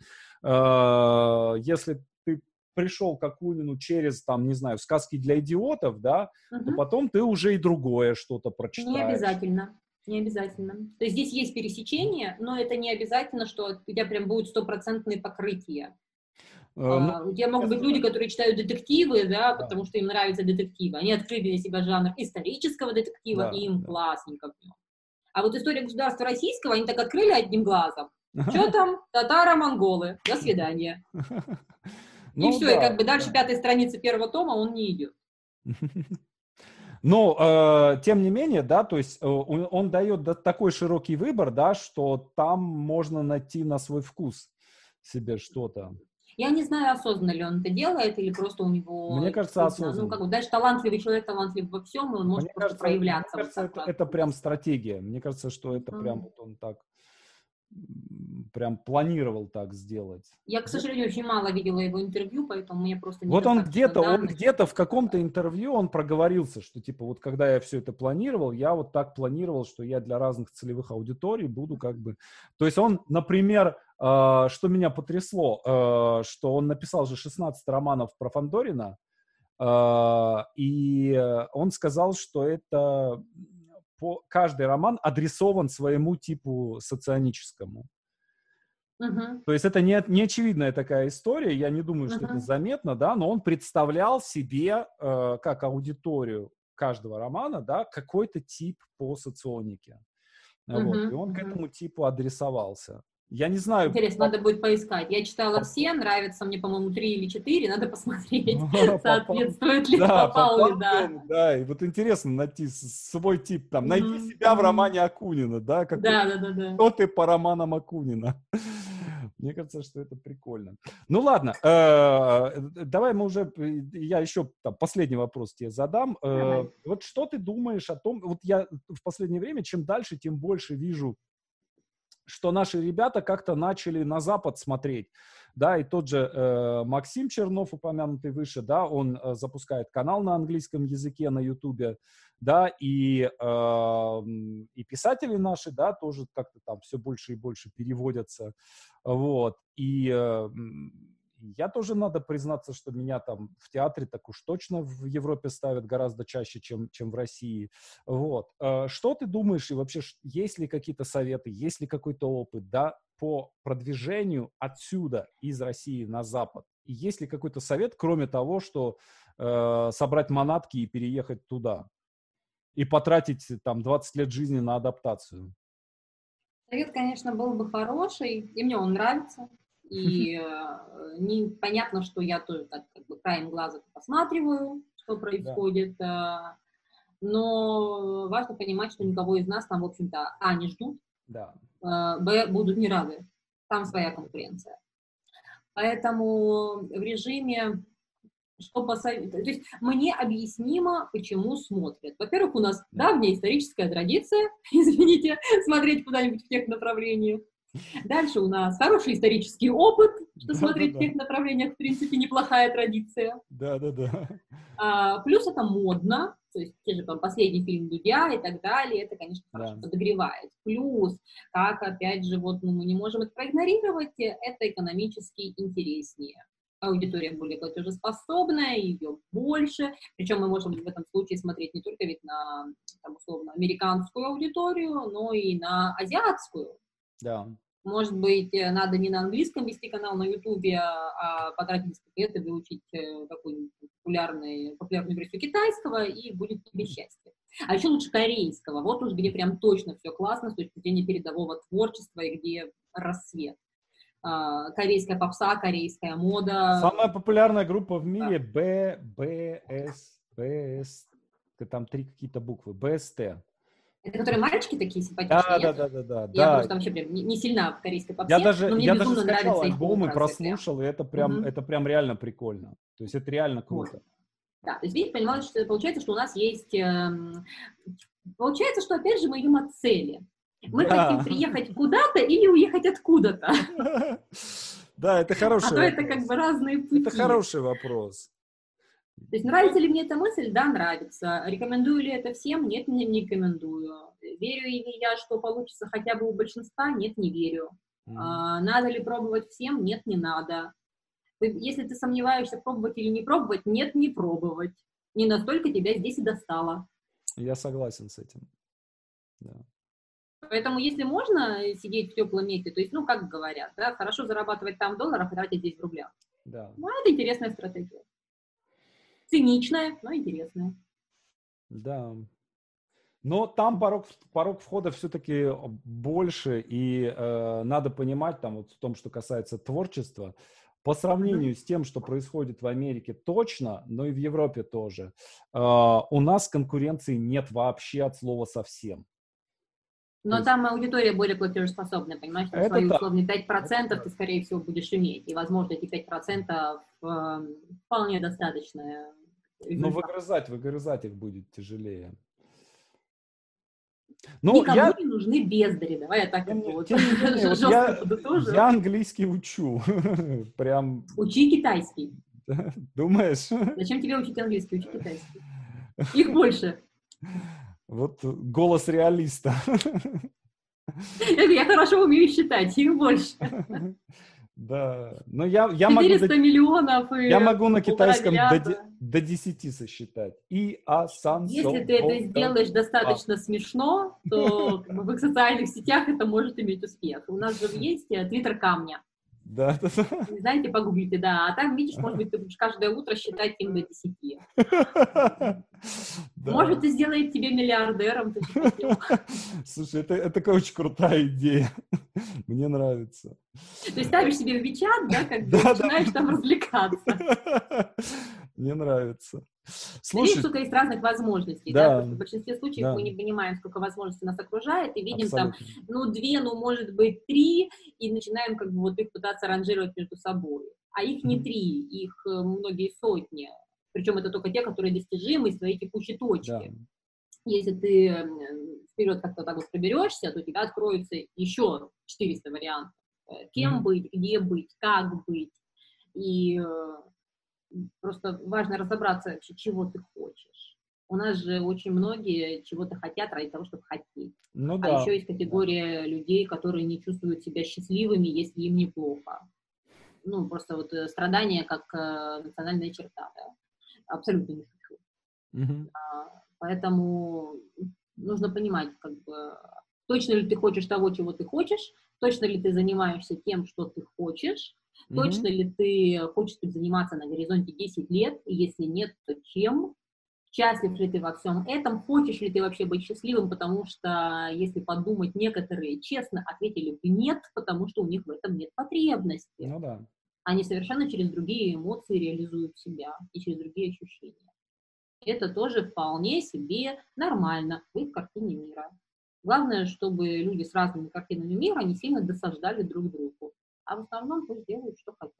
э, если ты пришел к Акунину через, там, не знаю, сказки для идиотов, да, угу. то потом ты уже и другое что-то прочитаешь. Не обязательно. Не обязательно. То есть здесь есть пересечение, но это не обязательно, что у тебя прям будет стопроцентное покрытие. Uh, а, ну, у тебя могут быть люди, которые читают детективы, да, да, потому что им нравятся детективы. Они открыли для себя жанр исторического детектива, да, и им да. классненько в нем. А вот история государства российского они так открыли одним глазом. Что там? Татаро-монголы. До свидания. И все, и как бы дальше пятой страницы первого тома он не идет. Но, э, тем не менее, да, то есть э, он, он дает да, такой широкий выбор, да, что там можно найти на свой вкус себе что-то. Я не знаю, осознанно ли он это делает, или просто у него... Мне кажется, осознанно. Ну, как бы, дальше талантливый человек, талантлив во всем, и он может мне просто кажется, проявляться. Мне кажется, вот это, это прям стратегия. Мне кажется, что это mm. прям вот он так... прям планировал так сделать. Я, к сожалению, очень мало видела его интервью, поэтому мне просто не Вот он где-то, он где-то в каком-то интервью он проговорился, что типа вот когда я все это планировал, я вот так планировал, что я для разных целевых аудиторий буду как бы... То есть он, например, э, что меня потрясло, э, что он написал же шестнадцать романов про Фандорина, э, и он сказал, что это... По, каждый роман адресован своему типу соционическому. Uh-huh. То есть это не, не очевидная такая история, я не думаю, что uh-huh. это заметно, да, но он представлял себе э, как аудиторию каждого романа, да, какой-то тип по соционике. Uh-huh. Вот, и он uh-huh. к этому типу адресовался. Я не знаю. Интересно, надо будет поискать. Я читала все, нравится мне, по-моему, три или четыре, надо посмотреть, соответствует ли, попал ли, да. Да, и вот интересно найти свой тип, там, найти себя в романе Акунина, да? Да, да, да, да. Кто ты по романам Акунина? Мне кажется, что это прикольно. Ну ладно, э, давай мы уже, я еще там, последний вопрос тебе задам. Э, вот что ты думаешь о том, вот я в последнее время, чем дальше, тем больше вижу, что наши ребята как-то начали на Запад смотреть, да, и тот же э, Максим Чернов, упомянутый выше, да, он э, запускает канал на английском языке на Ютубе, да, и, э, и писатели наши, да, тоже как-то там все больше и больше переводятся, вот, и э, я тоже, надо признаться, что меня там в театре так уж точно в Европе ставят гораздо чаще, чем, чем в России, вот. Э, что ты думаешь, и вообще, есть ли какие-то советы, есть ли какой-то опыт, да, по продвижению отсюда, из России на Запад? И есть ли какой-то совет, кроме того, что э, собрать манатки и переехать туда? И потратить там двадцать лет жизни на адаптацию? Совет, конечно, был бы хороший, и мне он нравится. И э, непонятно, что я тоже так как бы краем глаза посматриваю, что происходит. Да. Э, но важно понимать, что никого из нас там, в общем-то, а, не ждут, да. э, б, будут не рады. Там своя конкуренция. Поэтому в режиме, что посоветовать, то есть мне объяснимо, почему смотрят. Во-первых, у нас да. давняя историческая традиция, извините, смотреть куда-нибудь в тех направлениях. Дальше у нас хороший исторический опыт, что да, смотреть да, в тех да. направлениях, в принципе, неплохая традиция. Да, да, да. А, плюс это модно, то есть те же там последний фильм Дудя и так далее, это, конечно, хорошо да. подогревает. Плюс, как, опять же, вот ну, мы не можем это проигнорировать, это экономически интереснее. Аудитория более платежеспособная, ее больше, причем мы можем в этом случае смотреть не только ведь на, там, условно, американскую аудиторию, но и на азиатскую. Да. Может быть, надо не на английском вести канал на Ютубе, а потратить несколько лет и выучить какую-нибудь популярную, популярную версию китайского, и будет тебе счастье. А еще лучше корейского, вот уж где прям точно все классно с точки зрения передового творчества и где рассвет. Корейская попса, корейская мода. Самая популярная группа в мире Б, Б, С, Б, С, там три какие-то буквы, Б С Т. Это которые мальчики такие симпатичные, да, нет? Да, да, да, Я да. просто вообще прям не, не сильна в корейской попсе, я даже, но мне я безумно даже скачал нравится альбом и их прослушал, и это прям, угу. это прям реально прикольно. То есть это реально круто. Вот. Да, то есть, видите, понимаете, что получается, что у нас есть... Э, получается, что, опять же, мы идем от цели. Мы да. хотим приехать куда-то или уехать откуда-то. Да, это хороший вопрос. А то это как бы разные пути. Это хороший вопрос. То есть нравится ли мне эта мысль? Да, нравится. Рекомендую ли это всем? Нет, не, не рекомендую. Верю ли я, что получится хотя бы у большинства? Нет, не верю. Mm-hmm. А, надо ли пробовать всем? Нет, не надо. Если ты сомневаешься, пробовать или не пробовать, нет, не пробовать. Не настолько тебя здесь и достало. Я согласен с этим. Да. Поэтому, если можно сидеть в теплом месте, то есть, ну, как говорят, да, хорошо зарабатывать там в долларах и тратить здесь в рублях. Да. Ну, это интересная стратегия. Циничная, но интересная. Да. Но там порог, порог входа все-таки больше, и э, надо понимать, там, вот в том, что касается творчества, по сравнению mm-hmm. с тем, что происходит в Америке точно, но и в Европе тоже, э, у нас конкуренции нет вообще от слова совсем. Но там аудитория более платежеспособная, понимаешь? Там свои условные пять процентов ты, скорее всего, будешь иметь. И, возможно, эти пять процентов э, вполне достаточно. Но выгрызать, выгрызать их будет тяжелее. Но никому я... не нужны бездари. Давай я так тем, вот тем не менее, вот я, я английский учу. Прям... Учи китайский. Думаешь? Зачем тебе учить английский? Учи китайский. Их больше. Вот голос реалиста. Я хорошо умею считать, их больше. Да, но я, я четыреста могу... миллионов и я могу на китайском до, до десяти сосчитать. И, а, сан, Если со, ты о, это сделаешь а. достаточно смешно, то как бы, в их социальных сетях это может иметь успех. У нас же есть твиттер камня. Да, да, да. Не знаете, погуглите, да. А там, видишь, может быть, ты будешь каждое утро считать им до десяти. Да. Может, и сделает тебя миллиардером. Ты же хотел. Слушай, это, это очень крутая идея. Мне нравится. То есть ставишь себе в Вичат, да, как бы, Да, и начинаешь да. там развлекаться. Мне нравится. Ты видишь, Слушай, сколько есть разных возможностей, да, да, потому что в большинстве случаев да, мы не понимаем, сколько возможностей нас окружает, и видим там, абсолютно. ну, две, ну, может быть, три, и начинаем как бы вот их пытаться ранжировать между собой. А их не Мгм. три, их э, многие сотни. Причем это только те, которые достижимы из твоей текущей Да. точки. Если ты э, вперед как-то так вот проберешься, то у тебя откроется еще четыреста вариантов. Э, Кем Мгм. быть, где быть, как быть. И э, просто важно разобраться вообще, чего ты хочешь. У нас же очень многие чего-то хотят ради того, чтобы хотеть. Ну А да, еще есть да. категория людей, которые не чувствуют себя счастливыми, если им неплохо. Ну, просто вот э, страдание как э, национальная черта, да. Абсолютно не хочу. Мгм. А, Поэтому нужно понимать, как бы, точно ли ты хочешь того, чего ты хочешь, точно ли ты занимаешься тем, что ты хочешь, точно Мгм. ли ты хочешь этим заниматься на горизонте десять лет, и если нет, то чем? Счастлив ли ты во всем этом? Хочешь ли ты вообще быть счастливым? Потому что, если подумать, некоторые честно ответили бы нет, потому что у них в этом нет потребности. Ну да. Они совершенно через другие эмоции реализуют себя и через другие ощущения. Это тоже вполне себе нормально в их картине мира. Главное, чтобы люди с разными картинами мира не сильно досаждали друг другу. А в основном пусть делают, что хотят.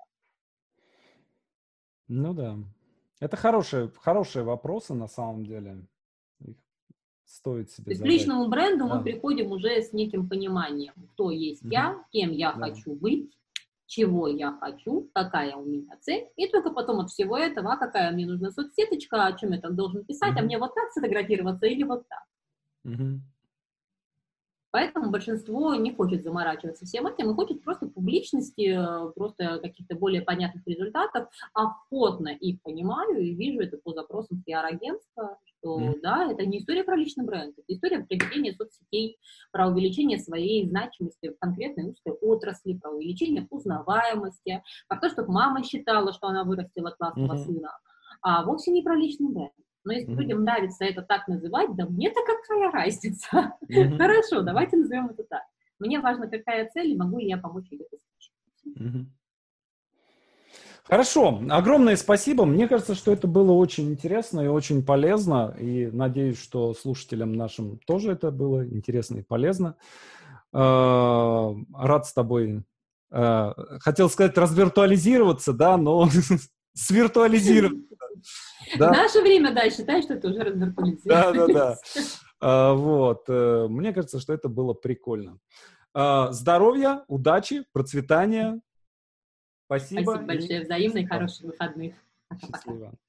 Ну да. Это хорошие, хорошие вопросы на самом деле. Их стоит То себе есть к задать. личному бренду мы Да. приходим уже с неким пониманием, кто есть Мгм. я, кем я Да. хочу быть, чего я хочу, какая у меня цель, и только потом от всего этого, а какая мне нужна соцсеточка, о чем я там должен писать, а Мгм. мне вот так сфотографироваться или вот так. Мгм. Поэтому большинство не хочет заморачиваться всем этим и хочет просто публичности, э, просто каких-то более понятных результатов. Охотно их понимаю и вижу это по запросам пиар-агентства, Мгм. что да, это не история про личный бренд, это история про ведение соцсетей, про увеличение своей значимости в конкретной узкой отрасли, про увеличение узнаваемости, про то, чтобы мама считала, что она вырастила классного Мгм. сына, а вовсе не про личный бренд. Но если Мгм. людям нравится это так называть, да мне-то какая разница? Мгм. Хорошо, давайте назовем это так. Мне важно, какая цель, и могу ли я помочь ее достичь. Мгм. Хорошо, огромное спасибо. Мне кажется, что это было очень интересно и очень полезно. И надеюсь, что слушателям нашим тоже это было интересно и полезно. Э, Рад с тобой, э, хотел сказать, развиртуализироваться, да, но свиртуализироваться. В Да, наше время, да, считай, что это уже да, да, да. развиртуализировались. А, Вот. э, Мне кажется, что это было прикольно. А, Здоровья, удачи, процветания. Спасибо Спасибо и большое, взаимно и счастливо. хороших выходных. Пока-пока. Счастливо.